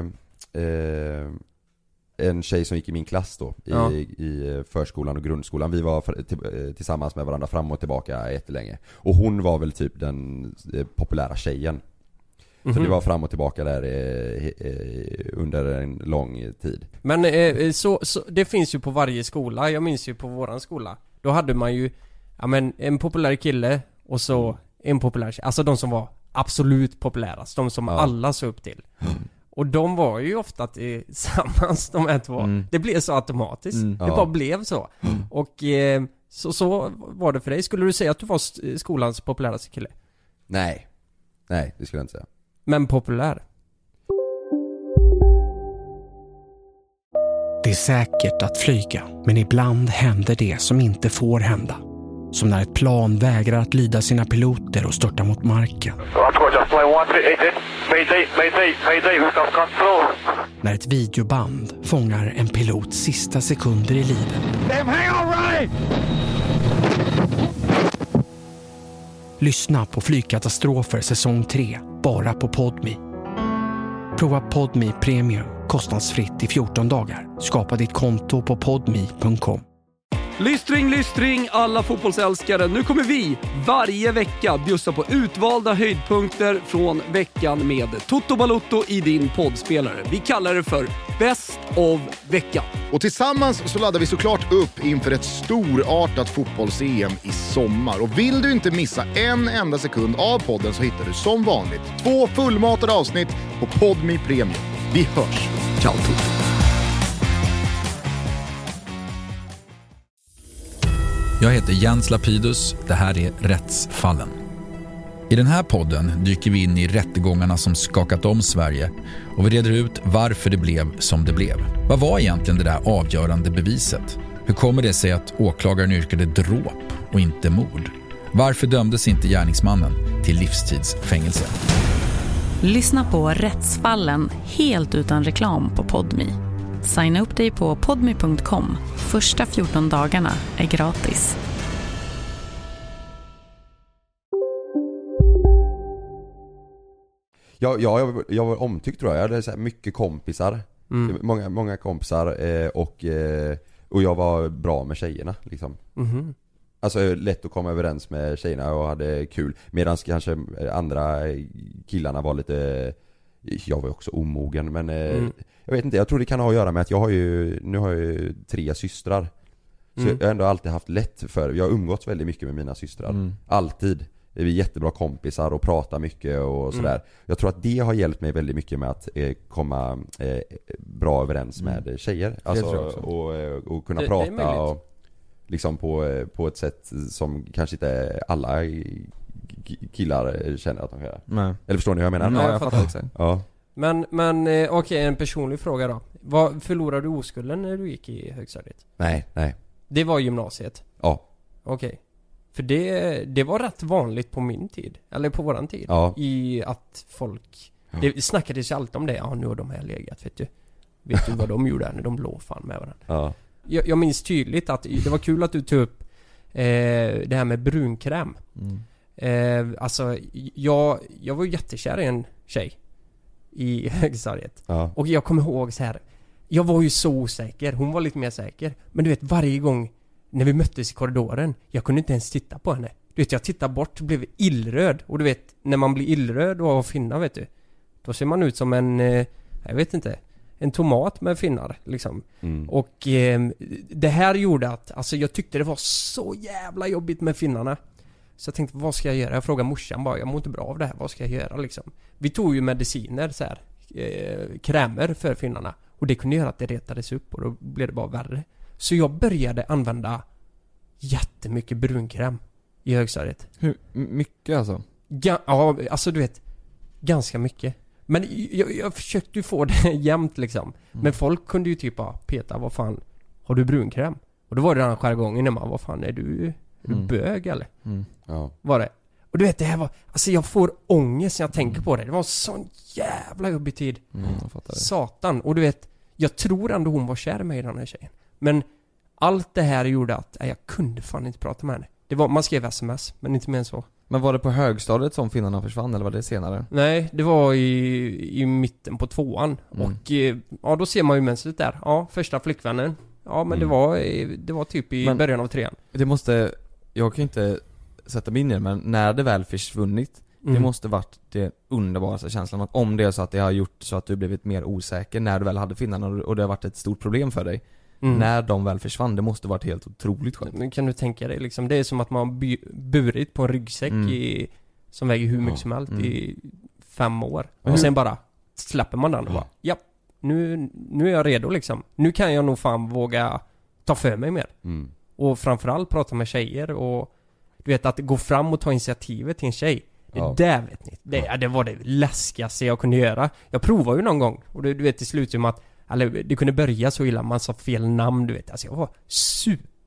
eh, en tjej som gick i min klass då i, Ja. i förskolan och grundskolan. Vi var för, till, tillsammans med varandra fram och tillbaka jättelänge. Och hon var väl typ den eh, populära tjejen. Så Mhm. det var fram och tillbaka där eh, eh, under en lång tid. Men eh, så, så, det finns ju på varje skola. Jag minns ju på våran skola. Då hade man ju, ja men en populär kille och så en populär tjej. Alltså de som var absolut populärast. De som Ja. alla såg upp till. Och de var ju ofta tillsammans, de här två. Mm. Det blev så automatiskt. Mm. Det Ja. bara blev så. Och eh, så, så var det för dig. Skulle du säga att du var st- skolans populäraste kille? Nej, nej det skulle jag inte säga. Men populär? Det är säkert att flyga, men ibland händer det som inte får hända. Som när ett plan vägrar att lyda sina piloter och störtar mot marken. När ett videoband fångar en pilots sista sekunder i livet. Lyssna på Flygkatastrofer säsong tre, bara på Podme. Prova Podme Premium kostnadsfritt i fjorton dagar. Skapa ditt konto på podme punkt com. Lystring, lystring alla fotbollsälskare. Nu kommer vi varje vecka bjussa på utvalda höjdpunkter från veckan med Toto Balotto i din poddspelare. Vi kallar det för Best of veckan. Och tillsammans så laddar vi såklart upp inför ett storartat fotbolls-E M i sommar. Och vill du inte missa en enda sekund av podden så hittar du som vanligt två fullmatade avsnitt på Podme Premium. Vi hörs. Ciao Toto. Jag heter Jens Lapidus, det här är Rättsfallen. I den här podden dyker vi in i rättegångarna som skakat om Sverige och vi reder ut varför det blev som det blev. Vad var egentligen det där avgörande beviset? Hur kommer det sig att åklagaren yrkade dråp och inte mord? Varför dömdes inte gärningsmannen till livstidsfängelse? Lyssna på Rättsfallen helt utan reklam på Podme. Signa upp dig på podme punkt com. Första fjorton dagarna är gratis. Ja, ja jag, jag var omtyckt tror jag. Jag hade så här mycket kompisar. Mm. Många, många kompisar eh, och, eh, och jag var bra med tjejerna liksom. Mm-hmm. Alltså lätt att komma överens med tjejerna och hade kul. Medan kanske andra killarna var lite... Jag var också omogen men eh, mm. jag vet inte, jag tror det kan ha att göra med att jag har ju, nu har jag ju tre systrar. Så mm. jag har ändå alltid haft lätt för, jag har umgåtts väldigt mycket med mina systrar. Mm. Alltid. Vi är jättebra kompisar och pratar mycket och sådär. Mm. Jag tror att det har hjälpt mig väldigt mycket med att eh, komma eh, bra överens med mm. tjejer. Alltså, och, och kunna det, prata det och liksom på, på ett sätt som kanske inte alla killar känner att de kan göra. Nej. Eller förstår ni vad jag menar? Nej, jag fattar också. Ja. Men, men eh, okej, okay, en personlig fråga då. Vad, förlorade du oskulden när du gick i högstadiet? Nej, nej. Det var gymnasiet? Ja. Okej. Okay. För det, det var rätt vanligt på min tid. Eller på våran tid. Ja. I att folk... Ja. Det snackades ju alltid om det. Ja, nu har de här legat, vet du. Vet du vad de gjorde när de låg fan med varandra? Ja. Jag, jag minns tydligt att det var kul att du tog upp eh, det här med brunkräm. Mm. Eh, alltså, jag, jag var ju jättekär i en tjej i högstadiet. Ja. Och jag kommer ihåg så här. Jag var ju så osäker. Hon var lite mer säker. Men du vet, varje gång när vi möttes i korridoren, jag kunde inte ens titta på henne. Du vet, jag tittade bort och blev illröd. Och du vet, när man blir illröd och har finnar, vet du, då ser man ut som en, eh, jag vet inte, en tomat med finnar liksom. Mm. Och eh, det här gjorde att, alltså jag tyckte det var så jävla jobbigt med finnarna. Så jag tänkte, vad ska jag göra? Jag frågade morsan bara, jag mår inte bra av det här, vad ska jag göra liksom? Vi tog ju mediciner så här, eh, krämer för finnarna. Och det kunde göra att det retades upp och då blev det bara värre. Så jag började använda jättemycket brunkräm i högstadiet. Hur mycket alltså? Ja, ja, alltså du vet, ganska mycket. Men jag, jag försökte ju få det jämnt liksom. Mm. Men folk kunde ju typ bara, Peter, vad fan, har du brunkräm? Och då var det den jargongen när man, vad fan, är du, är du mm. bög eller? Mm. Ja. Var det? Och du vet, det här var, alltså jag får ångest när jag tänker mm. på det. Det var en sån jävla jobbig tid. Mm, jag fattar det. Satan. Och du vet, jag tror ändå hon var kär med den här tjejen. Men allt det här gjorde att nej, jag kunde fan inte prata med henne. Det var, man skrev sms, men inte mer än så. Men var det på högstadiet som finnarna försvann eller var det senare? Nej, det var i, i mitten på tvåan. Mm. Och ja, då ser man ju mönstret där. Ja, första flickvännen. Ja, men mm. det var det var typ i men, början av trean. Det måste, jag kan inte sätta mig in i det, men när det väl försvunnit, mm. det måste varit det underbaraste känslan. Att om det är så att det har gjort så att du blivit mer osäker när du väl hade finnarna och det har varit ett stort problem för dig. Mm. När de väl försvann, det måste varit helt otroligt skönt. Men kan du tänka dig liksom, det är som att man har burit på en ryggsäck mm. i, som väger hur mycket som helst mm. i fem år. Mm. Och sen bara släpper man den och bara, ja, nu, nu är jag redo liksom. Nu kan jag nog fan våga ta för mig mer. Mm. Och framförallt prata med tjejer och du vet, att gå fram och ta initiativet till en tjej. Det ja. där vet ni. Det, ja. det var det läskigaste jag kunde göra. Jag provade ju någon gång och det, du vet till slut som att eller det kunde börja så illa, man sa fel namn, du vet. Alltså jag var super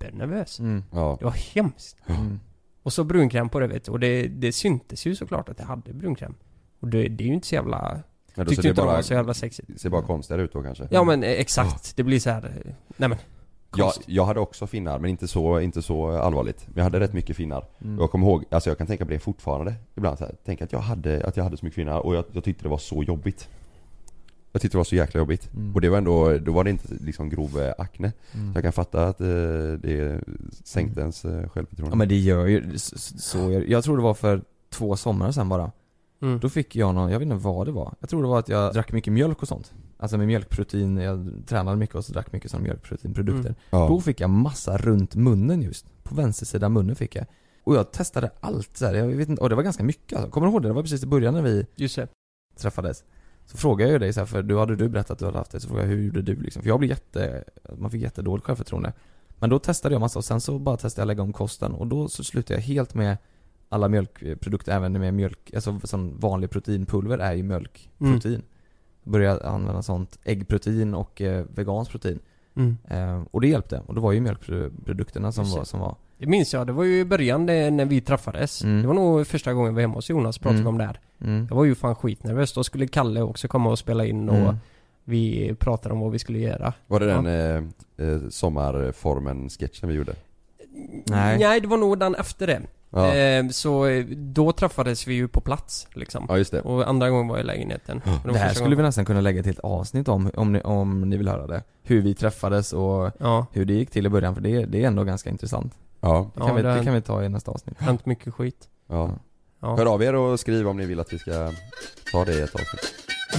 supernervös. Mm. Ja. Det var hemskt. Mm. Och så brunkräm på det, vet du. Och det, det syntes ju såklart att jag hade brunkräm. Och det, det är ju inte så jävla... Ja, då tyckte ser inte det det bara, var så jävla sexigt. Det ser bara konstigare ut då kanske. Ja men eh, exakt. Det blir så här. eh, Nej men. jag, jag hade också finnar, men inte så, inte så allvarligt. Men jag hade rätt mycket finnar. Mm. Och jag kommer ihåg, alltså jag kan tänka på det fortfarande ibland så här. Tänk att jag hade, att jag hade så mycket finnar och jag, jag tyckte det var så jobbigt. Jag tyckte det var så jäkla jobbigt. Mm. Och det var ändå, då var det inte liksom grov eh, akne. Mm. Så jag kan fatta att eh, det sänkte ens eh, självförtroende. Ja men det gör ju så, så gör, jag tror det var för två somrar sedan bara. Mm. Då fick jag någon, jag vet inte vad det var. Jag tror det var att jag drack mycket mjölk och sånt. Alltså med mjölkprotein, jag tränade mycket och så drack mycket sådana mjölkproteinprodukter. Mm. Ja. Då fick jag massa runt munnen just. På vänstersidan munnen fick jag. Och jag testade allt så här. Jag vet inte, och det var ganska mycket alltså. Kommer du ihåg det? Det var precis i början när vi Just det. träffades. Så frågade jag ju dig så här, för du hade du berättat att du hade haft det. Så frågade jag, hur gjorde du liksom? För jag blev jätte, man fick jättedåligt självförtroende. Men då testade jag massa och sen så bara testade jag lägga om kosten. Och då så slutade jag helt med alla mjölkprodukter, även med mjölk, alltså sån vanlig proteinpulver är ju mjölkprotein. Mm. Började använda sånt äggprotein och eh, veganskt protein. Mm. Eh, och det hjälpte. Och det var ju mjölkprodukterna som var, som var. Det minns jag, det var ju i början det, när vi träffades. Mm. Det var nog första gången vi var hemma hos Jonas och pratade Mm. om det här. Mm. Jag var ju fan skitnervös. Då skulle Kalle också komma och spela in och Mm. vi pratade om vad vi skulle göra. Var det Ja. den eh, eh, sommarformen-sketchen vi gjorde? Nej. Nej, det var nog den efter det. Ja. Eh, så eh, då träffades vi ju på plats liksom. Ja just det. Och andra gången var i lägenheten. Ja. Och det var Det här första skulle vi gången. nästan kunna lägga till ett avsnitt om, om ni, om ni vill höra det. Hur vi träffades och Ja, hur det gick till i början, för det, det är ändå ganska intressant. Ja. Det kan, Ja, vi, det det har- kan vi ta i nästa avsnitt. hänt mycket skit. Ja. Ja. Hör av er och skriv om ni vill att vi ska ta det i ett avsnitt.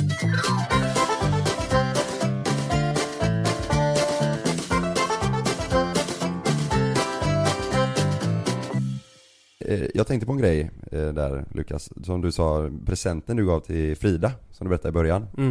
Eh, Jag tänkte på en grej eh, där Lukas, som du sa, presenten du gav till Frida, som du berättade i början. Mm.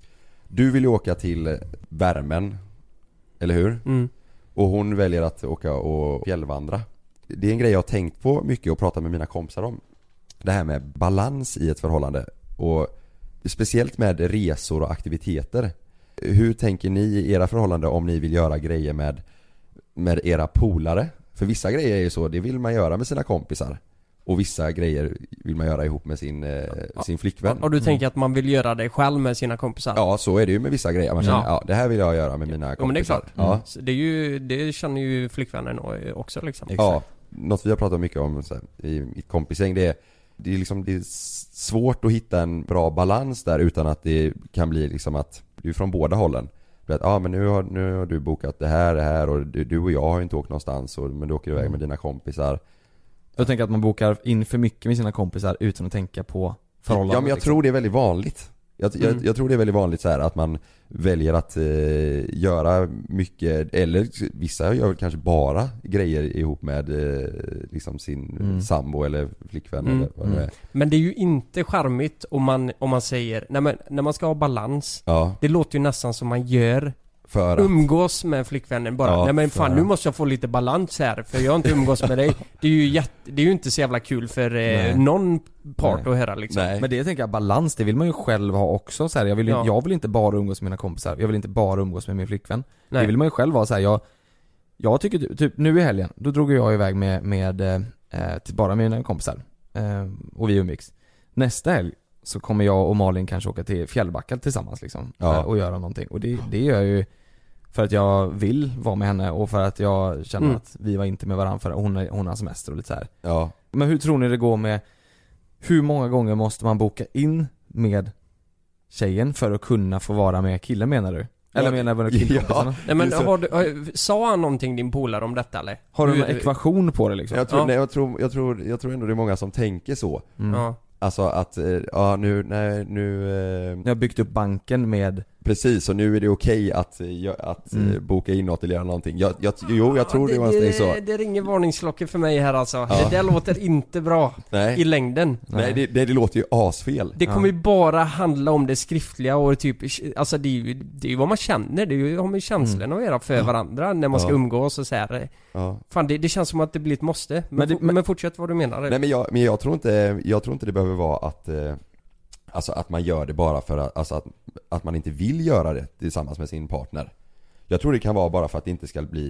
Du vill ju åka till värmen, eller hur? Mm. Och hon väljer att åka och fjällvandra. Det är en grej jag har tänkt på mycket och pratat med mina kompisar om. Det här med balans i ett förhållande. Och speciellt med resor och aktiviteter. Hur tänker ni i era förhållanden om ni vill göra grejer med, med era polare? För vissa grejer är ju så, det vill man göra med sina kompisar. Och vissa grejer vill man göra ihop med sin, eh, sin flickvän. Och du tänker att man vill göra det själv med sina kompisar? Ja, så är det ju med vissa grejer. Man känner, Ja. ja, det här vill jag göra med mina kompisar. Ja, men det är klart. Ja. Så det är ju, det känner ju flickvännen också liksom. Ja, något vi har pratat mycket om så här, i mitt kompisgäng, det är, det är liksom, det är svårt att hitta en bra balans där utan att det kan bli liksom att det är från båda hållen. Att, ah, men nu har, nu har du bokat det här, det här och du, du och jag har ju inte åkt någonstans och, men du åker iväg med dina kompisar. Jag tänker att man bokar in för mycket med sina kompisar utan att tänka på förhållandet. Ja, men jag liksom. tror det är väldigt vanligt. Jag, jag, Mm. jag tror det är väldigt vanligt så här att man väljer att eh, göra mycket, eller vissa gör väl kanske bara grejer ihop med eh, liksom sin Mm. sambo eller flickvän Mm. eller vad det Mm. är. Men det är ju inte charmigt om man, om man säger, nej men när man ska ha balans, Ja, det låter ju nästan som man gör, för att, umgås med flickvännen bara. Ja, nej men fan, för nu att- måste jag få lite balans här, för jag har inte umgås med dig. Det är ju jätte, det är ju inte så jävla kul för eh, Nej. någon part Nej. att höra liksom. Nej. Men det tänker jag, balans, det vill man ju själv ha också så här, jag, vill, ju- Ja. jag vill inte bara umgås med mina kompisar. Jag vill inte bara umgås med min flickvän. Nej. Det vill man ju själv ha så här. Jag, jag tycker ty- typ nu i helgen, då drog jag iväg med, med eh, till bara mina kompisar. Eh, och vi umgicks. Nästa helg så kommer jag och Malin kanske åka till Fjällbacka tillsammans liksom. Ja. eh, Och göra någonting. Och det, det gör jag ju för att jag vill vara med henne och för att jag känner Mm. att vi var inte med varandra för hon, är, hon har semester och lite så här. ja. Men hur tror ni det går med, hur många gånger måste man boka in med tjejen för att kunna få vara med killen, menar du? Eller Ja, menar du ja. killkompisarna? Nej men Det är så- har du, har, sa han någonting din polare om detta eller? Har du Hur- en ekvation på det liksom? Jag tror, Ja. nej, jag, tror, jag, tror, jag tror ändå det är många som tänker så. Mm. Ja. Alltså att, eh, ja nu, nej, nu eh, Jag har byggt upp banken med, precis, och nu är det okej att, eh, gö- att eh, Mm. boka in något eller göra någonting. Jag, jag, jo, jag tror Ja, det var en så. det, det ringer varningsklockor för mig här alltså. Ja. Det där låter inte bra i Nej, längden. nej det, det, det låter ju asfel. Det kommer ju bara handla om det skriftliga och typ, alltså det är ju, det är ju vad man känner, det är ju, har man ju känslorna att göra för varandra när man ska Ja. umgås och så här. Ja. Fan det, det känns som att det blir ett måste. Men, Men det- men, men fortsätt vad du menar. Nej men jag, men jag tror inte, jag tror inte det behöver vara att eh, alltså att man gör det bara för att, alltså att, att man inte vill göra det tillsammans med sin partner. Jag tror det kan vara bara för att det inte ska bli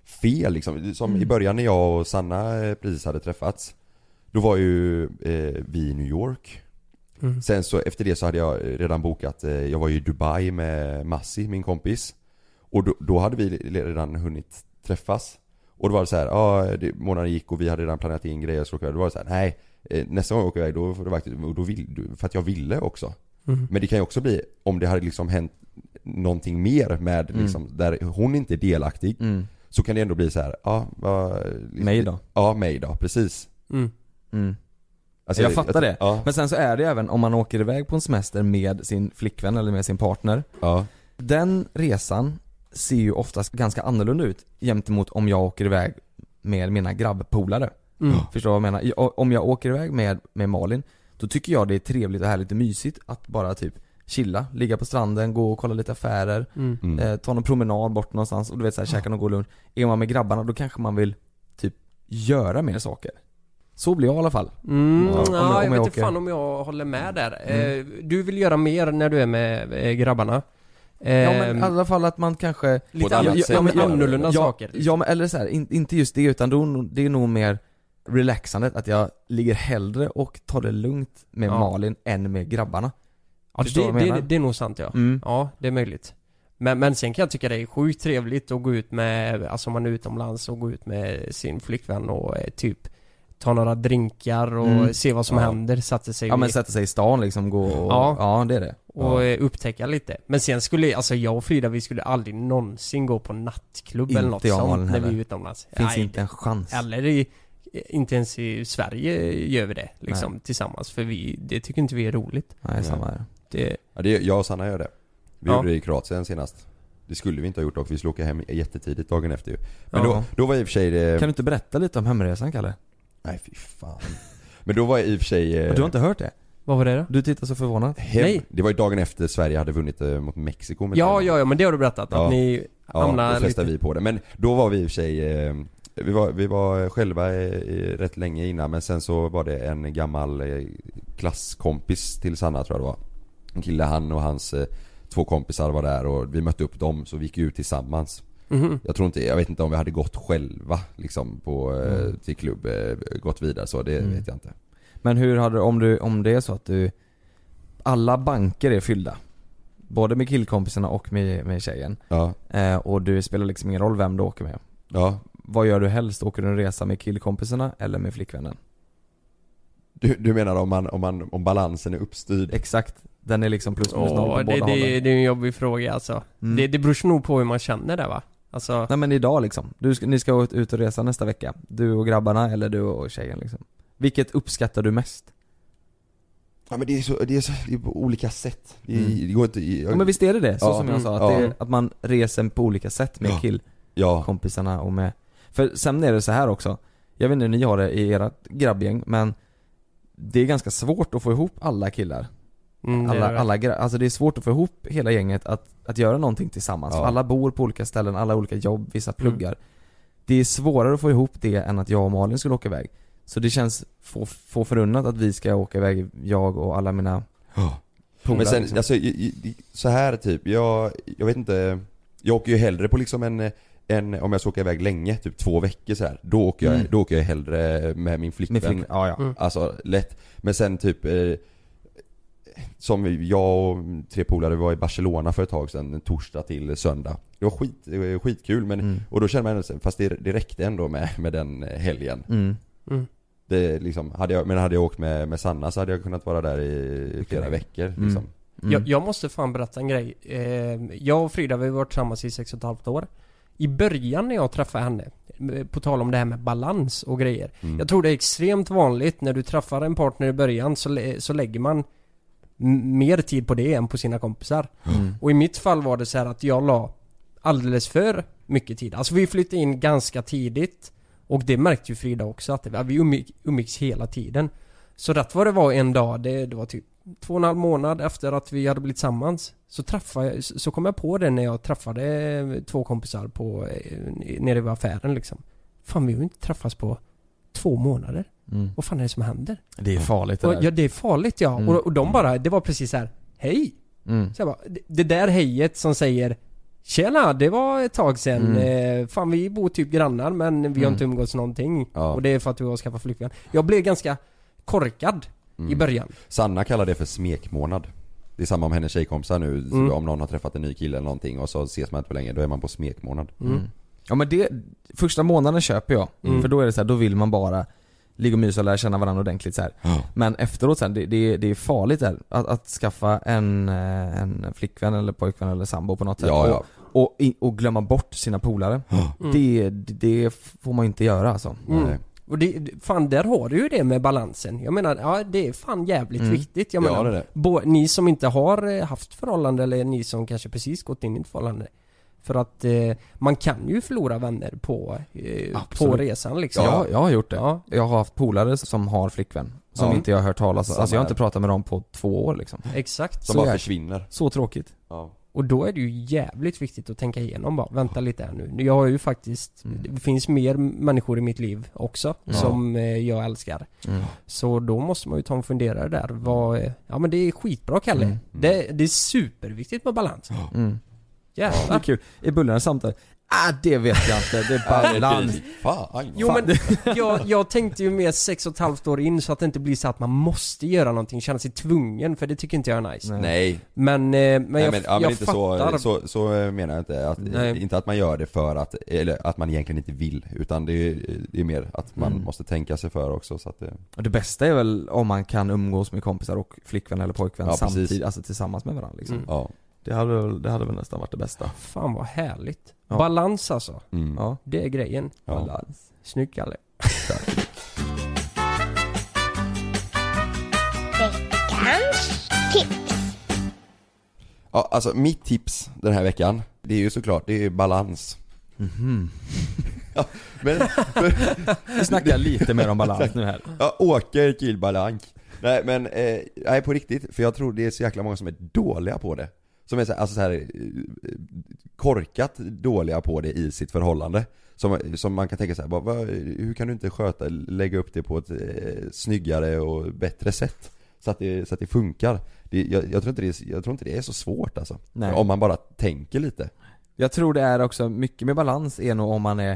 fel liksom. Som Mm. i början när jag och Sanna eh, precis hade träffats. Då var ju eh, vi i New York. Mm. Sen så efter det så hade jag redan bokat, eh, jag var ju i Dubai med Massi, min kompis. Och då, då hade vi redan hunnit träffas. Och då var det så här, ja ah, månaden gick och vi hade redan planerat in grejer. Så då var det så här, nej eh, nästa gång jag åker iväg då får det faktiskt, då vill, för att jag ville också. Mm. Men det kan ju också bli, om det hade liksom hänt någonting mer med Mm. liksom, där hon inte är delaktig. Mm. Så kan det ändå bli så här, ja, va, liksom, Mig då? Ja, mig då, precis. Mm. Mm. Alltså, jag fattar det. Ja. Men sen så är det även om man åker iväg på en semester med sin flickvän eller med sin partner. Ja. Den resan ser ju oftast ganska annorlunda ut gentemot om jag åker iväg med mina grabbpolare. Mm. Förstår du vad jag menar? Om jag åker iväg med, med Malin, då tycker jag det är trevligt och härligt och mysigt att bara typ chilla, ligga på stranden, gå och kolla lite affärer, Mm. Mm. eh, ta någon promenad bort någonstans och du vet såhär, käka någon god lunch. Är man med grabbarna, då kanske man vill typ göra mer saker. Så blir jag i alla fall. Mm, Ja, om ja, jag- om jag, jag vet åker- inte fan om jag håller med där. Mm. Eh, du vill göra mer när du är med eh, grabbarna. Eh, Ja men i alla fall att man kanske lite annat ja, sätt, ja, men annorlunda ja, saker. Ja men eller så här, in, inte just det utan då, det är nog mer relaxandet att jag ligger hellre och tar det lugnt med Ja. Malin än med grabbarna. Ja, Förstår det, vad jag det, menar? det är nog sant ja. Mm. Ja, det är möjligt. Men, men sen kan jag tycka det är sjukt trevligt att gå ut med, alltså om man är utomlands och gå ut med sin flickvän och eh, typ ta några drinkar och Mm. se vad som Ja. händer, sätta sig Ja men vid- sätta sig i stan liksom, gå och, Ja. ja det är det. och eh, upptäcka lite. Men sen skulle, alltså jag och Frida, vi skulle aldrig någonsin gå på nattklubb Inte eller något jag och sånt Malin när vi heller. är utomlands. Finns Nej, inte en chans. Eller i, inte ens i Sverige gör vi det liksom Nej. tillsammans, för vi, det tycker inte vi är roligt. Nej, samma här. Det, Ja, det, jag och Sanna gör det. Vi Ja. gjorde det i Kroatien senast. Det skulle vi inte ha gjort dock, vi skulle åka hem jättetidigt dagen efter ju. Men Ja. då, då var i och för sig det... Kan du inte berätta lite om hemresan, Kalle? Nej fy fan. Men då var jag i och för sig... eh, Du har inte hört det? vad var det då? Du tittar så förvånad. hem. Nej. Det var ju dagen efter Sverige hade vunnit eh, mot Mexiko med Ja, tre noll. ja, ja, men det har du berättat, Ja. att ni Ja, hamnar då flestade lite... vi på det. Men då var vi i och för sig... Eh, vi, var, vi var själva i, i, rätt länge innan, men sen så var det en gammal eh, klasskompis till Sanna tror jag det var. En kille, han och hans eh, två kompisar var där och vi mötte upp dem, så vi gick ut tillsammans. Mhm. Jag tror inte, jag vet inte om vi hade gått själva liksom på, eh, Mm. till klubb, eh, gått vidare så, det Mm. vet jag inte. Men hur hade om du, om det är så att du, alla banker är fyllda, både med killkompisarna och med, med tjejen, Ja, eh, och du spelar liksom ingen roll vem du åker med. ja. Vad gör du helst? Åker du en resa med killkompisarna eller med flickvännen? Du, du menar om, man, om, man, om balansen är uppstyrd? Exakt, den är liksom plus minus noll Åh, på det, båda det, hållen. det är en jobbig fråga alltså. Mm. Det, det beror nog på hur man känner det va? Alltså, Nej men idag liksom, du ska, ni ska ut ut och resa nästa vecka. Du och grabbarna eller du och tjejen liksom. Vilket uppskattar du mest? Ja men det är så, det är så det är på olika sätt. Det, är, Mm. det går inte i, Ja men visst är det det, så Ja, som jag sa, att, ja. det är, att man reser på olika sätt med Ja. killkompisarna Ja, och med. För sen är det så här också, jag vet inte hur ni har det i ert grabbgäng, men det är ganska svårt att få ihop alla killar. mm, det är Alla, det. alla, gra- alltså det är svårt att få ihop hela gänget att, att göra någonting tillsammans. Ja. För alla bor på olika ställen, alla har olika jobb, vissa Mm. pluggar. Det är svårare att få ihop det än att jag och Malin skulle åka iväg. Så det känns få, få förunnat att vi ska åka iväg, jag och alla mina Ja. polare. Men sen, liksom. alltså, i- i- så här typ, jag, jag vet inte, jag åker ju hellre på liksom en, en om jag ska åka iväg länge, typ två veckor så här. Då åker jag, Mm. då åker jag hellre med min flickvän. Med flickvän, ja ja. Mm. Alltså lätt. Men sen typ eh, som jag och tre polare var i Barcelona för ett tag sedan, torsdag till söndag. Det var skit, det var skitkul men, Mm. och då kände man ändå, fast det, det räckte ändå med, med den helgen. Mm. Mm. Det liksom, hade jag, men hade jag åkt med, med Sanna så hade jag kunnat vara där i flera veckor liksom. Mm. Mm. Jag, jag måste fan berätta en grej. Eh, jag och Frida, vi har varit tillsammans i sex och ett halvt år. I början när jag träffade henne, eh, på tal om det här med balans och grejer. Mm. Jag tror det är extremt vanligt när du träffar en partner i början så, lä- så lägger man m- mer tid på det än på sina kompisar. Mm. Och i mitt fall var det så här att jag la alldeles för mycket tid. Alltså vi flyttade in ganska tidigt. Och det märkte ju Frida också att det, vi umgick, umgicks hela tiden. Så rätt vad det var en dag, det, det var typ två och en halv månad efter att vi hade blivit tillsammans. Så träffade jag, så kom jag på det när jag träffade två kompisar på, eh, nere vid affären liksom. Fan, vi har ju inte träffats på två månader. Mm. Vad fan är det som händer? Det är farligt det Och, där. ja, det är farligt ja. Mm. Och, och de bara, det var precis så här: hej! Mm. Så jag bara, det, det där hejet som säger Tjena, det var ett tag sedan. Mm. Eh, fan, vi bor typ grannar, men vi har Mm. inte umgåtts någonting. Ja. Och det är för att du har skaffat flickvän. Jag blev ganska korkad Mm. i början. Sanna kallar det för smekmånad. Det är samma om hennes tjejkompisar nu. Mm. Om någon har träffat en ny kille eller någonting och så ses man inte på länge, då är man på smekmånad. Mm. Ja men det, första månaden köper jag. Mm. För då är det så här, då vill man bara ligga och mysa och lära känna varandra ordentligt så här. Ja. Men efteråt sen, det, det, det är farligt där att, att skaffa en, eh, en flickvän eller pojkvän eller sambo på något sätt. Ja, ja. Och, och, i- och glömma bort sina polare. Mm. Det, det får man inte göra alltså. Mm. Nej. Och det, fan, där har du ju det med balansen. Jag menar, ja, det är fan jävligt Mm. viktigt. Jag Ja, menar, det är det. Bo, ni som inte har eh, haft förhållande, eller ni som kanske precis gått in i ett förhållande. För att eh, man kan ju förlora vänner på, eh, på Absolut. resan liksom. Ja, jag har gjort det. Ja. Jag har haft polare som har flickvän som Ja. inte jag har hört talas om. Samma Alltså jag har här. inte pratat med dem på två år liksom. Exakt. Som Så bara jäk- försvinner. Så tråkigt. Ja. Och då är det ju jävligt viktigt att tänka igenom bara, vänta lite här nu. Jag har ju faktiskt, Mm. det finns mer människor i mitt liv också Ja. som eh, jag älskar. Mm. Så då måste man ju ta en funderare där. Vad, eh, ja men det är skitbra, Kalle. Mm. Det, det är superviktigt med balans. Mm. Det är Jävlar. kul. I Bullarnas samtal. Ah, det vet jag inte. Det är balans. Fan. Jo men jag, jag tänkte ju mer sex och ett halvt år in så att det inte blir så att man måste göra någonting, känna sig tvungen, för det tycker inte jag är nice. Nej. Men, eh, men Nej, jag, men, ja, men jag inte fattar. så, så, så menar jag inte att, Nej. inte att man gör det för att, eller att man egentligen inte vill, utan det är, det är mer att man Mm. måste tänka sig för också så att det... Och det bästa är väl om man kan umgås med kompisar och flickvän eller pojkvän Ja, precis. samtidigt, alltså tillsammans med varandra liksom. Mm. Ja. Det hade väl, det hade väl nästan varit det bästa. Fan vad härligt. Ja. Balans alltså. Mm. Ja. Det är grejen. Ja. Balans. Snyggt, Kalle. Veckans tips. Ja, alltså mitt tips den här veckan, det är ju såklart, det är balans. Mhm. Ja, men... Vi snackar lite mer om balans nu här. Ja, åker till balans. Nej men, eh, nej på riktigt, för jag tror det är så jäkla många som är dåliga på det. Som är så, alltså så här eh, korkat dåliga på det i sitt förhållande. Som, som man kan tänka så här, bara, vad, hur kan du inte sköta, lägga upp det på ett eh, snyggare och bättre sätt? Så att det, så att det funkar. Det, jag, jag, tror inte det är, jag tror inte det är så svårt alltså. Nej. Om man bara tänker lite. Jag tror det är också, mycket med balans är nog om man är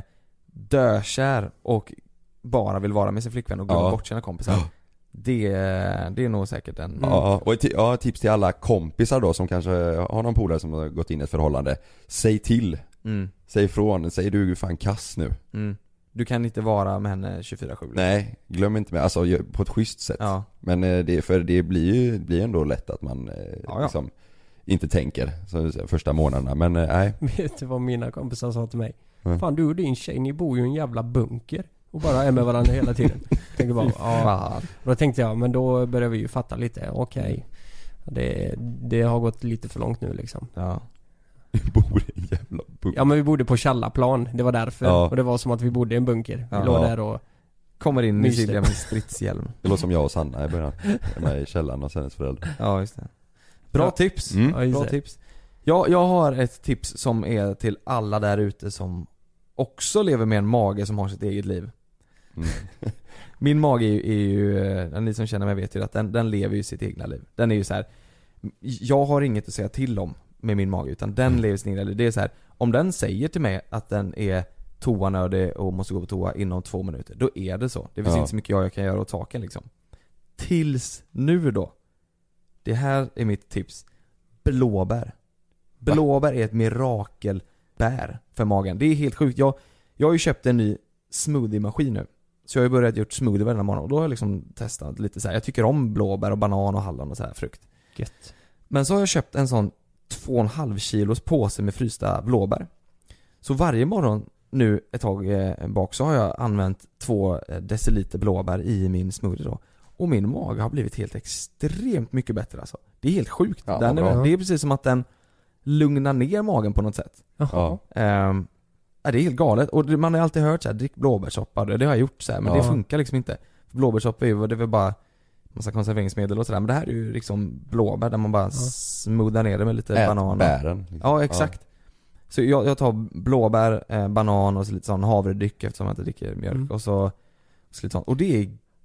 dökär och bara vill vara med sin flickvän och glömma Ja. bort sina kompisar. Ja. Det, det är nog säkert en... Ja, och ett, ja, tips till alla kompisar då som kanske har någon polare som har gått in i ett förhållande. Säg till. Mm. Säg ifrån. Säg du är fan kass nu. Mm. Du kan inte vara med henne tjugofyra sju. Nej, glöm inte med. Alltså gör- på ett schysst sätt. Ja. Men eh, det, för det blir ju blir ändå lätt att man eh, Ja, ja. liksom inte tänker så, så, första månaderna. Men eh, nej. Vet du vad mina kompisar sa till mig? Mm. Fan, du och din tjej, ni bor ju i en jävla bunker och bara är med varandra hela tiden. Tänker bara, Fy ja. fan. Och då tänkte jag, men då börjar vi ju fatta lite. Okej, det, det har gått lite för långt nu liksom. Ja. Vi bor i en jävla bunker. Ja, men vi bodde på Källarplan, det var därför. Ja. Och det var som att vi bodde i en bunker. Vi Ja. låg där och... Kommer in i Myste. Silja med en stridshjälm. Det låter som jag och Sanna i början. Med i källaren och hennes föräldrar. Ja, just det. Bra Ja. tips. Mm. Ja, just Bra det. tips. Ja, jag har ett tips som är till alla där ute som också lever med en mage som har sitt eget liv. Mm. Min mage är ju, är ju eh, ni som känner mig vet ju att den, den lever ju sitt egna liv. Den är ju så här. Jag har inget att säga till om med min mage, utan den Mm. lever sitt egna liv. Det är så här, om den säger till mig att den är toanödig och måste gå på toa inom två minuter, då är det så. Det finns Ja. inte så mycket jag, jag kan göra åt saken liksom. Tills nu då. Det här är mitt tips. Blåbär. Blåbär är ett mirakelbär för magen. Det är helt sjukt. Jag, jag har ju köpt en ny smoothie-maskin nu. Så jag har ju börjat gjort smoothie varje morgon. Och då har jag liksom testat lite så här. Jag tycker om blåbär och banan och hallon och så här frukt. Gött. Men så har jag köpt en sån två och en halv kilos påse med frysta blåbär. Så varje morgon nu ett tag eh, bak så har jag använt två deciliter blåbär i min smoothie då. Och min mage har blivit helt extremt mycket bättre alltså. Det är helt sjukt. Ja, den vad är, bra. det är precis som att den lugnar ner magen på något sätt. Ja. Ehm, ja, det är helt galet. Och det- man har alltid hört så här, drick blåbärssoppa. Det har jag gjort så här, men Ja. det funkar liksom inte. För blåbärssoppa är ju, det är väl bara massa konserveringsmedel och sådär. Men det här är ju liksom blåbär där man bara smoothar ner det med lite Ät banan. bären. liksom. Ja, exakt. Så jag, jag tar blåbär, eh, banan och så lite sån havredryck eftersom jag inte dricker mjölk. Mm. Och så, så lite sånt. Och det är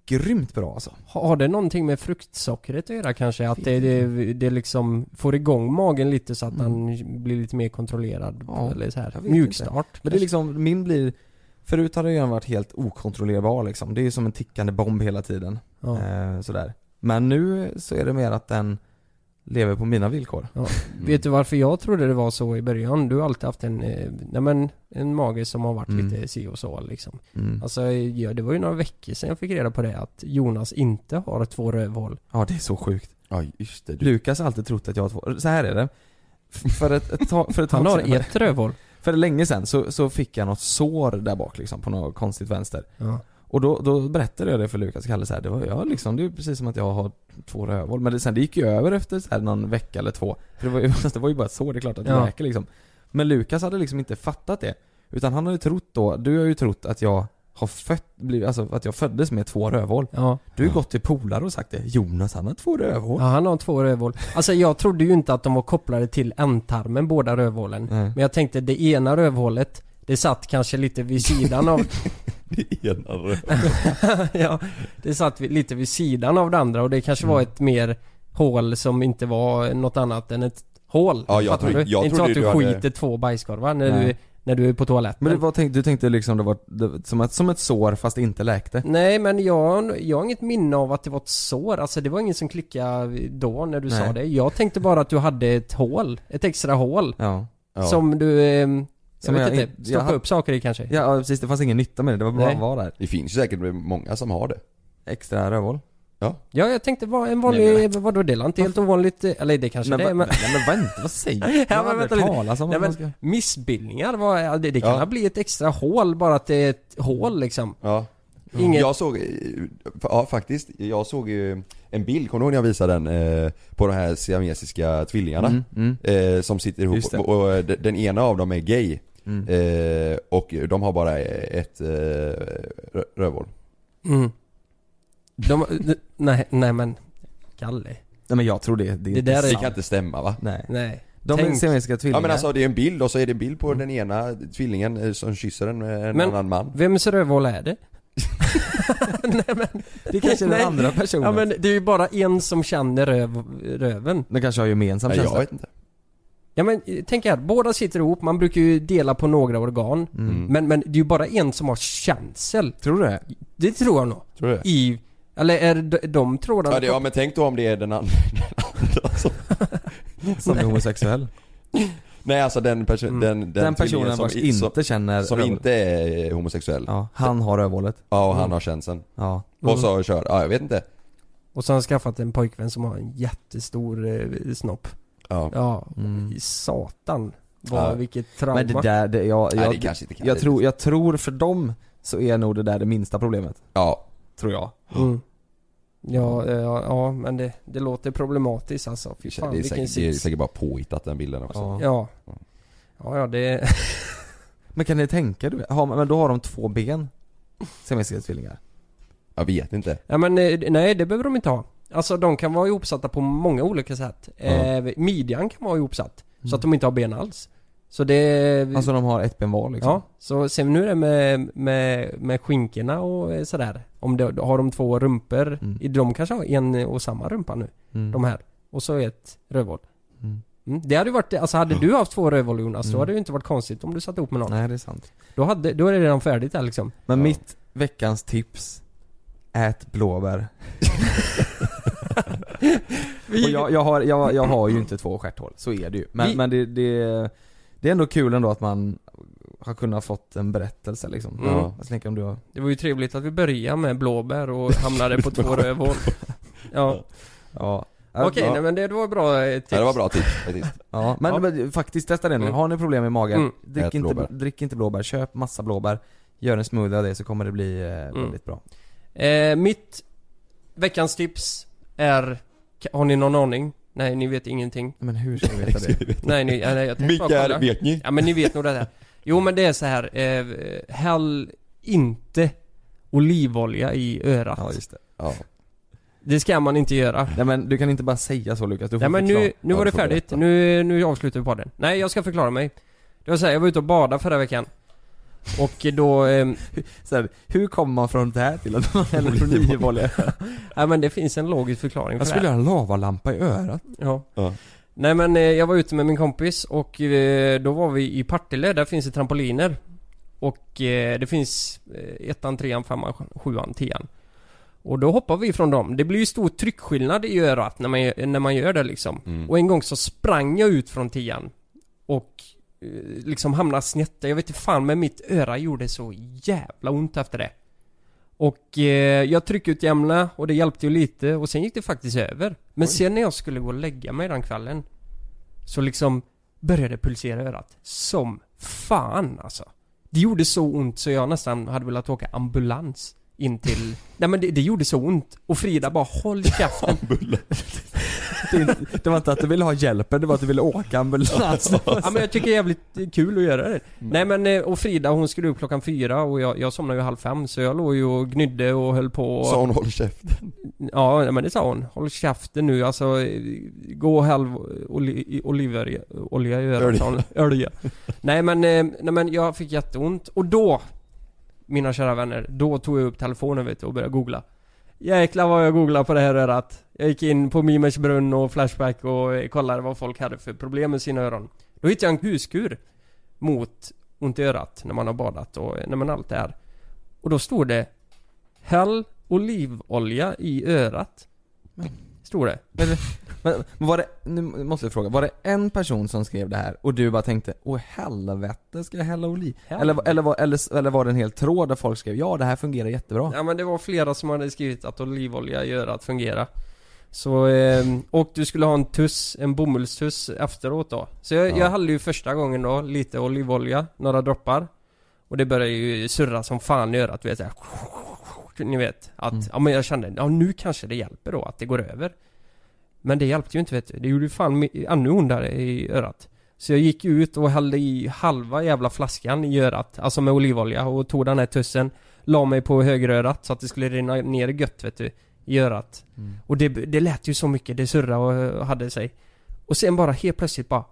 grymt bra alltså. Har det någonting med fruktsockret att göra kanske? Att det, det, det liksom får igång magen lite så att mm. han blir lite mer kontrollerad ja, eller så här mjukstart. Men det är liksom, min blir förut hade den varit helt okontrollerbar liksom. Det är ju som en tickande bomb hela tiden. Ja. Eh, sådär. Men nu så är det mer att den lever på mina villkor. Ja. Mm. Vet du varför jag trodde det var så i början? Du har alltid haft en eh, nej men, en mage som har varit mm. lite si och så liksom. Mm. Alltså ja, det var ju några veckor sedan jag fick reda på det att Jonas inte har två rövhål. Ja, det är så sjukt. Ja, just det. Du... Lukas har alltid trott att jag har två. Så här är det. För ett, ett, tag, för ett Han tag har sedan, ett rövhål. För länge sedan så, så fick jag något sår där bak liksom, på något konstigt vänster. Ja. Och då, då berättade jag det för Lukas och Kalle så här, det var jag liksom, det är precis som att jag har två rövhål. Men det, sen det gick ju över efter så här någon vecka eller två. För det var ju, det var ju bara så, det är klart att det ja. läker liksom. Men Lukas hade liksom inte fattat det. Utan han hade trott då, du har ju trott att jag har fött, alltså att jag föddes med två rövhål. Ja. Du har ju gått till polare och sagt det. Jonas, han har två rövhål. Ja, han har två rövhål. Alltså jag trodde ju inte att de var kopplade till ändtarmen, båda rövhålen. Nej. Men jag tänkte det ena rövhålet, det satt kanske lite vid sidan av det ena rövhålet. Ja, det satt lite vid sidan av det andra och det kanske mm. var ett mer hål som inte var något annat än ett hål. Ja, jag tror, jag inte så att du, du skiter hade... två bajskorvar när du när du är på toaletten. Men det var, tänk, du tänkte liksom det var det, som, ett, som ett sår fast det inte läkte. Nej, men jag, jag har inget minne av att det var ett sår. Alltså det var ingen som klickade då när du Nej. sa det. Jag tänkte bara att du hade ett hål. Ett extra hål. Ja. Ja. Som du... Eh, jag vet jag, inte, stoppa jag, upp saker i kanske. Ja, precis. Det fanns ingen nytta med det. Det var bara att vara där. Det finns säkert många som har det. Extra rövhål. Ja. Ja, jag tänkte vad en vanlig nej, men, vadå det är inte helt ovanligt eller det kanske men, det är men nej, men vänta, vad säger du? Ja, men vänta lite. Nej, men, ska... missbildningar var det, det kan ja. bli ett extra hål bara att det är ett hål liksom. Ja. Inget... Jag såg ja faktiskt jag såg ju en bild, kommer du ihåg när jag visade den eh, på de här siamesiska tvillingarna mm, mm. Eh, som sitter ihop och, och den ena av dem är gay. Mm. Eh, och de har bara ett eh, rövhål. Mm. De, nej, nej men Kalle. Nej men jag tror det. Det, det, där det kan inte stämma va? Nej. nej. De är siamesiska tvillingar. Ja men alltså det är en bild och så är det en bild på mm. den ena tvillingen som kysser en, en men, annan man. Vems rövhål är det? Nej, men, det kanske är den andra personen. Ja men det är ju bara en som känner röv, röven. Den kanske har gemensam känsla. Jag vet inte. Ja men tänk här, båda sitter ihop, man brukar ju dela på några organ mm. men, men det är ju bara en som har känsel. Tror du det? Det tror jag nog. Tror du det? I, eller är de, de trådarna... Ja, det, ja men tänk då om det är den andra, den andra som, som är homosexuell. Nej alltså den, perso- mm. den, den, den personen som inte som, känner som rövål. Inte är homosexuell. Ja, han har rövhålet. Ja och han mm. har känseln. Ja. Och så mm. kör, ja jag vet inte. Och så har han skaffat en pojkvän som har en jättestor eh, snopp. Ja. Ja, mm. satan. Vad, ja. Vilket trauma. Men det där, det, jag, Nej, jag, det kanske inte kan jag, tror, jag tror för dem så är nog det där det minsta problemet. Ja. Tror jag. Mm. Ja, ja, ja, men det, det låter problematiskt alltså. Fy fan, det, är säkert, det är säkert bara påhittat den bilden också. Ja. Ja, ja, ja det... Men kan ni tänka, du, ha, men då har de två ben. Siamesiska tvillingar. Jag vet inte. Ja men nej, det behöver de inte ha. Alltså de kan vara ihopsatta på många olika sätt. Mm. Eh, midjan kan vara ihopsatt mm. så att de inte har ben alls. Så det... Alltså de har ett ben var liksom. Ja, så sen nu är det med, med, med skinkorna och sådär. Om det, har de två rumpor, mm. de kanske har en och samma rumpa nu. Mm. De här. Och så ett rövhål. Mm. Mm. Det hade ju varit, alltså hade du haft två rövhål Jonas, mm. då hade det ju inte varit konstigt om du satt ihop med någon. Nej, det är sant. Då, hade, då är det redan färdigt där liksom. Men ja. Mitt veckans tips: ät blåbär. Vi... Och jag, jag, har, jag, jag har ju inte två stjärthål, så är det ju. Men, Vi... men det, det, det är ändå kul ändå att man har kunnat fått en berättelse liksom. Mm. Ja. Jag tänker om du har... Det var ju trevligt att vi började med blåbär och hamnade på två rövhål. Ja. Ja. Okej, okay, ja. Nej, men det var bra tips. Ja, det var bra tips faktiskt. Ja, men, ja. men faktiskt testa det nu. Har ni problem med magen, mm. drick, inte, drick inte blåbär. Köp massa blåbär. Gör en smoothie av det så kommer det bli eh, mm. väldigt bra. Eh, mitt veckans tips är, har ni någon aning? Nej, ni vet ingenting. Men hur ska vi veta det? Nej, ni, nej, jag tänkte bara kolla. Vet ni? Ja, men ni vet nog det här. Jo, men det är så här. Eh, häll inte olivolja i örat. Ja, just det. Ja. Det ska man inte göra. Nej men du kan inte bara säga så Lukas. Du får Nej men nu, nu var det färdigt. Nu, nu avslutar vi på den. Nej, jag ska förklara mig. Det var så här, jag var ute och badade förra veckan. Och då... Eh, så här, hur kommer man från det här till att man häller olivolja? Nej men det finns en logisk förklaring för jag skulle det ha en lavalampa i örat. Ja. Ja. Nej men eh, jag var ute med min kompis och eh, då var vi i Partille, där finns det trampoliner. Och eh, det finns eh, ettan, trean, femman, sjuan, tian. Och då hoppar vi från dem. Det blir ju stor tryckskillnad i örat när man, när man gör det liksom. Mm. Och en gång så sprang jag ut från tian. Och eh, liksom hamnade snett. Jag vet inte fan, men mitt öra gjorde så jävla ont efter det. Och eh, jag tryckte ut jämna och det hjälpte ju lite. Och sen gick det faktiskt över. Men Oj. sen när jag skulle gå och lägga mig den kvällen, så liksom började pulsera örat. Som fan alltså. Det gjorde så ont så jag nästan hade velat åka ambulans in till... Nej men det, det gjorde så ont. Och Frida bara, håll käften. det, det var inte att du ville ha hjälpen, det var att du ville åka ambulans. Ja men jag tycker det är jävligt kul att göra det. Mm. Nej men, och Frida hon skulle upp klockan fyra och jag, jag somnade ju halv fem. Så jag låg ju och gnydde och höll på och... Sa hon håll käften? Ja men det sa hon. Håll käften nu, alltså gå och häll oli, olivolja olja i örat. Ölja. Nej men, nej men jag fick jätteont. Och då, mina kära vänner, då tog jag upp telefonen vet du, och började googla. Jäklar vad jag googlade på det här örat. Jag gick in på Mimersbrunn och Flashback och kollade vad folk hade för problem med sina öron. Då hittade jag en huskur mot ont i örat när man har badat och när man allt är. Och då stod det häll olivolja i örat. Stod det. Men, men var det, nu måste jag fråga, var det en person som skrev det här och du bara tänkte, åh helvete, ska jag hälla oliv? Eller, eller, var, eller, eller var det en hel tråd där folk skrev, ja det här fungerar jättebra? Ja men det var flera som hade skrivit att olivolja gör att fungera. Så, eh, och du skulle ha en tuss, en bomullstuss efteråt då. Så jag, ja. jag hade ju första gången då lite olivolja, några droppar. Och det började ju surra som fan i örat, vet jag. Ni vet, att mm. ja, men jag kände, ja nu kanske det hjälper då, att det går över. Men det hjälpte ju inte vet du. Det gjorde ju fan ännu ondare i örat. Så jag gick ut och hällde i halva jävla flaskan i örat, alltså med olivolja, och tog den här tussen, la mig på högerörat så att det skulle rinna ner gött vet du, i örat. Mm. Och det, det lät ju så mycket, det surra och hade sig. Och sen bara helt plötsligt bara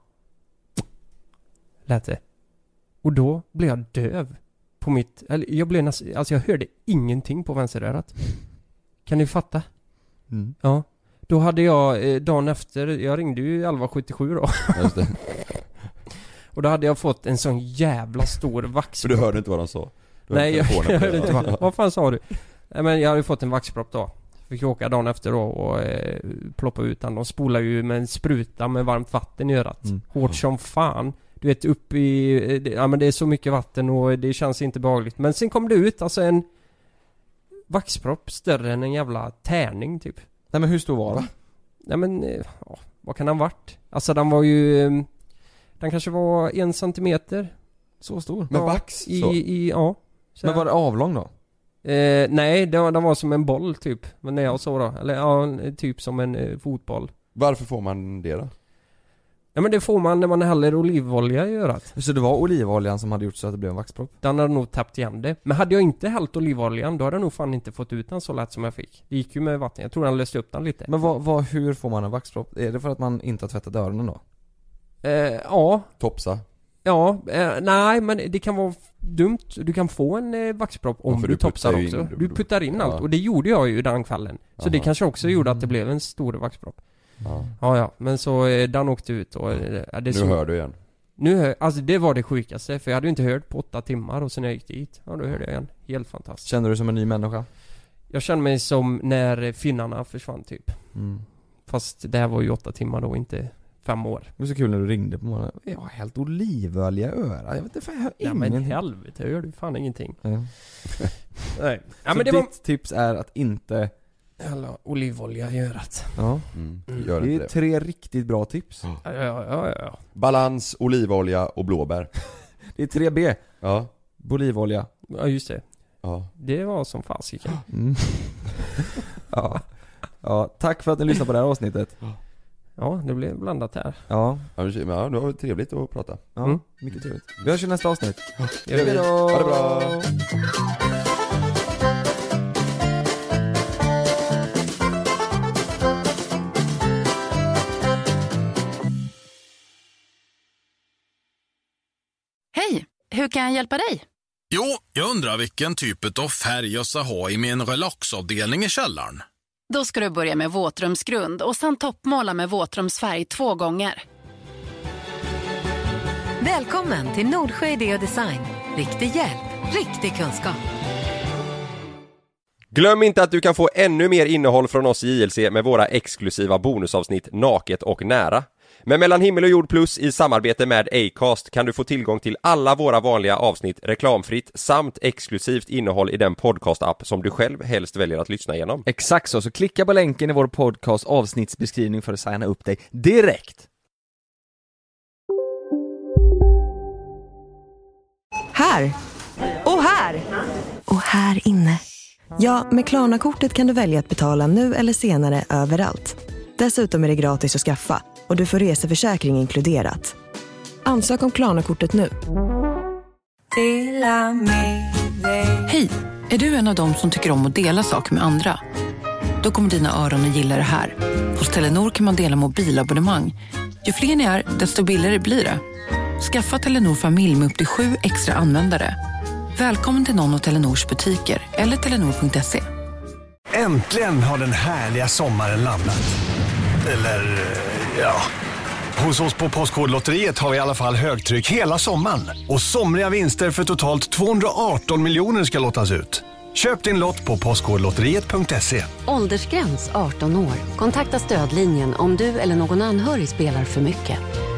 lät det. Och då blev jag döv på mitt, eller jag blev nästan, alltså jag hörde ingenting på vänsterörat. Kan ni fatta? Mm. Ja. Då hade jag eh, dagen efter, jag ringde ju elva sjuttiosju då. Just det. Och då hade jag fått en sån jävla stor vax. För du hörde inte vad de sa? Nej, jag, jag hörde inte vad. Vad fan sa du? Nej men jag hade fått en vaxpropp då. Fick åka dagen efter då och eh, ploppa ut den. De spolar ju med en spruta med varmt vatten i örat. Mm. Hårt som fan. Du vet upp i, eh, ja men det är så mycket vatten och det känns inte behagligt. Men sen kom det ut alltså en vaxpropp större än en jävla tärning typ. Nej men hur stor var den? Nej men, ja, vad kan den varit? Alltså den var ju, den kanske var en centimeter. Så stor? Med ja, vax? I, så. i, ja. Så men var det avlång då? Eh, nej, den, den var som en boll typ. Men när jag så då. Eller ja, typ som en eh, fotboll. Varför får man det då? Ja men det får man när man häller olivolja i örat. Så det var olivoljan som hade gjort så att det blev en vaxpropp? Den hade nog täppt igen det. Men hade jag inte hällt olivoljan, då hade jag nog fan inte fått ut den så lätt som jag fick. Det gick ju med vatten. Jag tror den löste upp den lite. Men vad, vad, hur får man en vaxpropp? Är det för att man inte har tvättat öronen då? Eh, ja. Topsa? Ja, eh, nej men det kan vara dumt. Du kan få en eh, vaxpropp om ja, du, du topsar också. In, du puttar in ja. allt. Och det gjorde jag ju den kvällen. Så Aha. det kanske också mm. gjorde att det blev en stor vaxpropp. Ja. ja, ja. Men så eh, den åkte ut och eh, det Nu så... hör du igen. Nu hör, alltså det var det sjukaste. För jag hade ju inte hört på åtta timmar och sen när jag gick dit. Ja, då hörde jag igen. Helt fantastiskt. Kände du som en ny människa? Jag kände mig som när finnarna försvann typ. Mm. Fast det här var ju åtta timmar då, inte fem år. Det var så kul när du ringde på morgonen. Jag har helt olivolja i öra. Jag vet inte, fan, jag hör ja, men helvete, jag hör du fan ingenting. Ja. Nej. Ja, så men det ditt var... tips är att inte... Eller olivolja i örat. Ja. Mm. Mm. Gör det är det. tre riktigt bra tips. Ja, ja, ja, ja. Balans, olivolja och blåbär. Det är tre B. Ja. Olivolja. Ja, just det. Ja. Det var som fasiken. Mm. ja. Ja, tack för att ni lyssnade på det här avsnittet. Ja, det blev blandat här. Ja. Ja, det var trevligt att prata. Ja, mm. mycket trevligt. Vi hörs i nästa avsnitt. Ja, det gör vi. Ha det bra. Hej, hur kan jag hjälpa dig? Jo, jag undrar vilken typ av färg jag ska ha i min relaxavdelning i källaren. Då ska du börja med våtrumsgrund och sen toppmåla med våtrumsfärg två gånger. Välkommen till Nordsjö Idé och Design. Riktig hjälp, riktig kunskap. Glöm inte att du kan få ännu mer innehåll från oss i J L C med våra exklusiva bonusavsnitt Naket och nära. Med Mellan himmel och jord plus i samarbete med Acast kan du få tillgång till alla våra vanliga avsnitt reklamfritt samt exklusivt innehåll i den podcast-app som du själv helst väljer att lyssna igenom. Exakt så, så klicka på länken i vår podcast avsnittsbeskrivning för att signa upp dig direkt. Här! Och här! Och här inne. Ja, med Klarna-kortet kan du välja att betala nu eller senare överallt. Dessutom är det gratis att skaffa och du får reseförsäkring inkluderat. Ansök om Klarna-kortet nu. Hej, är du en av dem som tycker om att dela saker med andra? Då kommer dina öron att gilla det här. Hos Telenor kan man dela mobilabonnemang. Ju fler ni är, desto billigare blir det. Skaffa Telenor familj med upp till sju extra användare. Välkommen till någon av Telenors butiker eller telenor punkt se. Äntligen har den härliga sommaren landat. Eller, ja... Hos oss på Postkodlotteriet har vi i alla fall högtryck hela sommaren. Och somriga vinster för totalt tvåhundraarton miljoner ska lottas ut. Köp din lott på postkodlotteriet punkt se. Åldersgräns arton år. Kontakta stödlinjen om du eller någon anhörig spelar för mycket.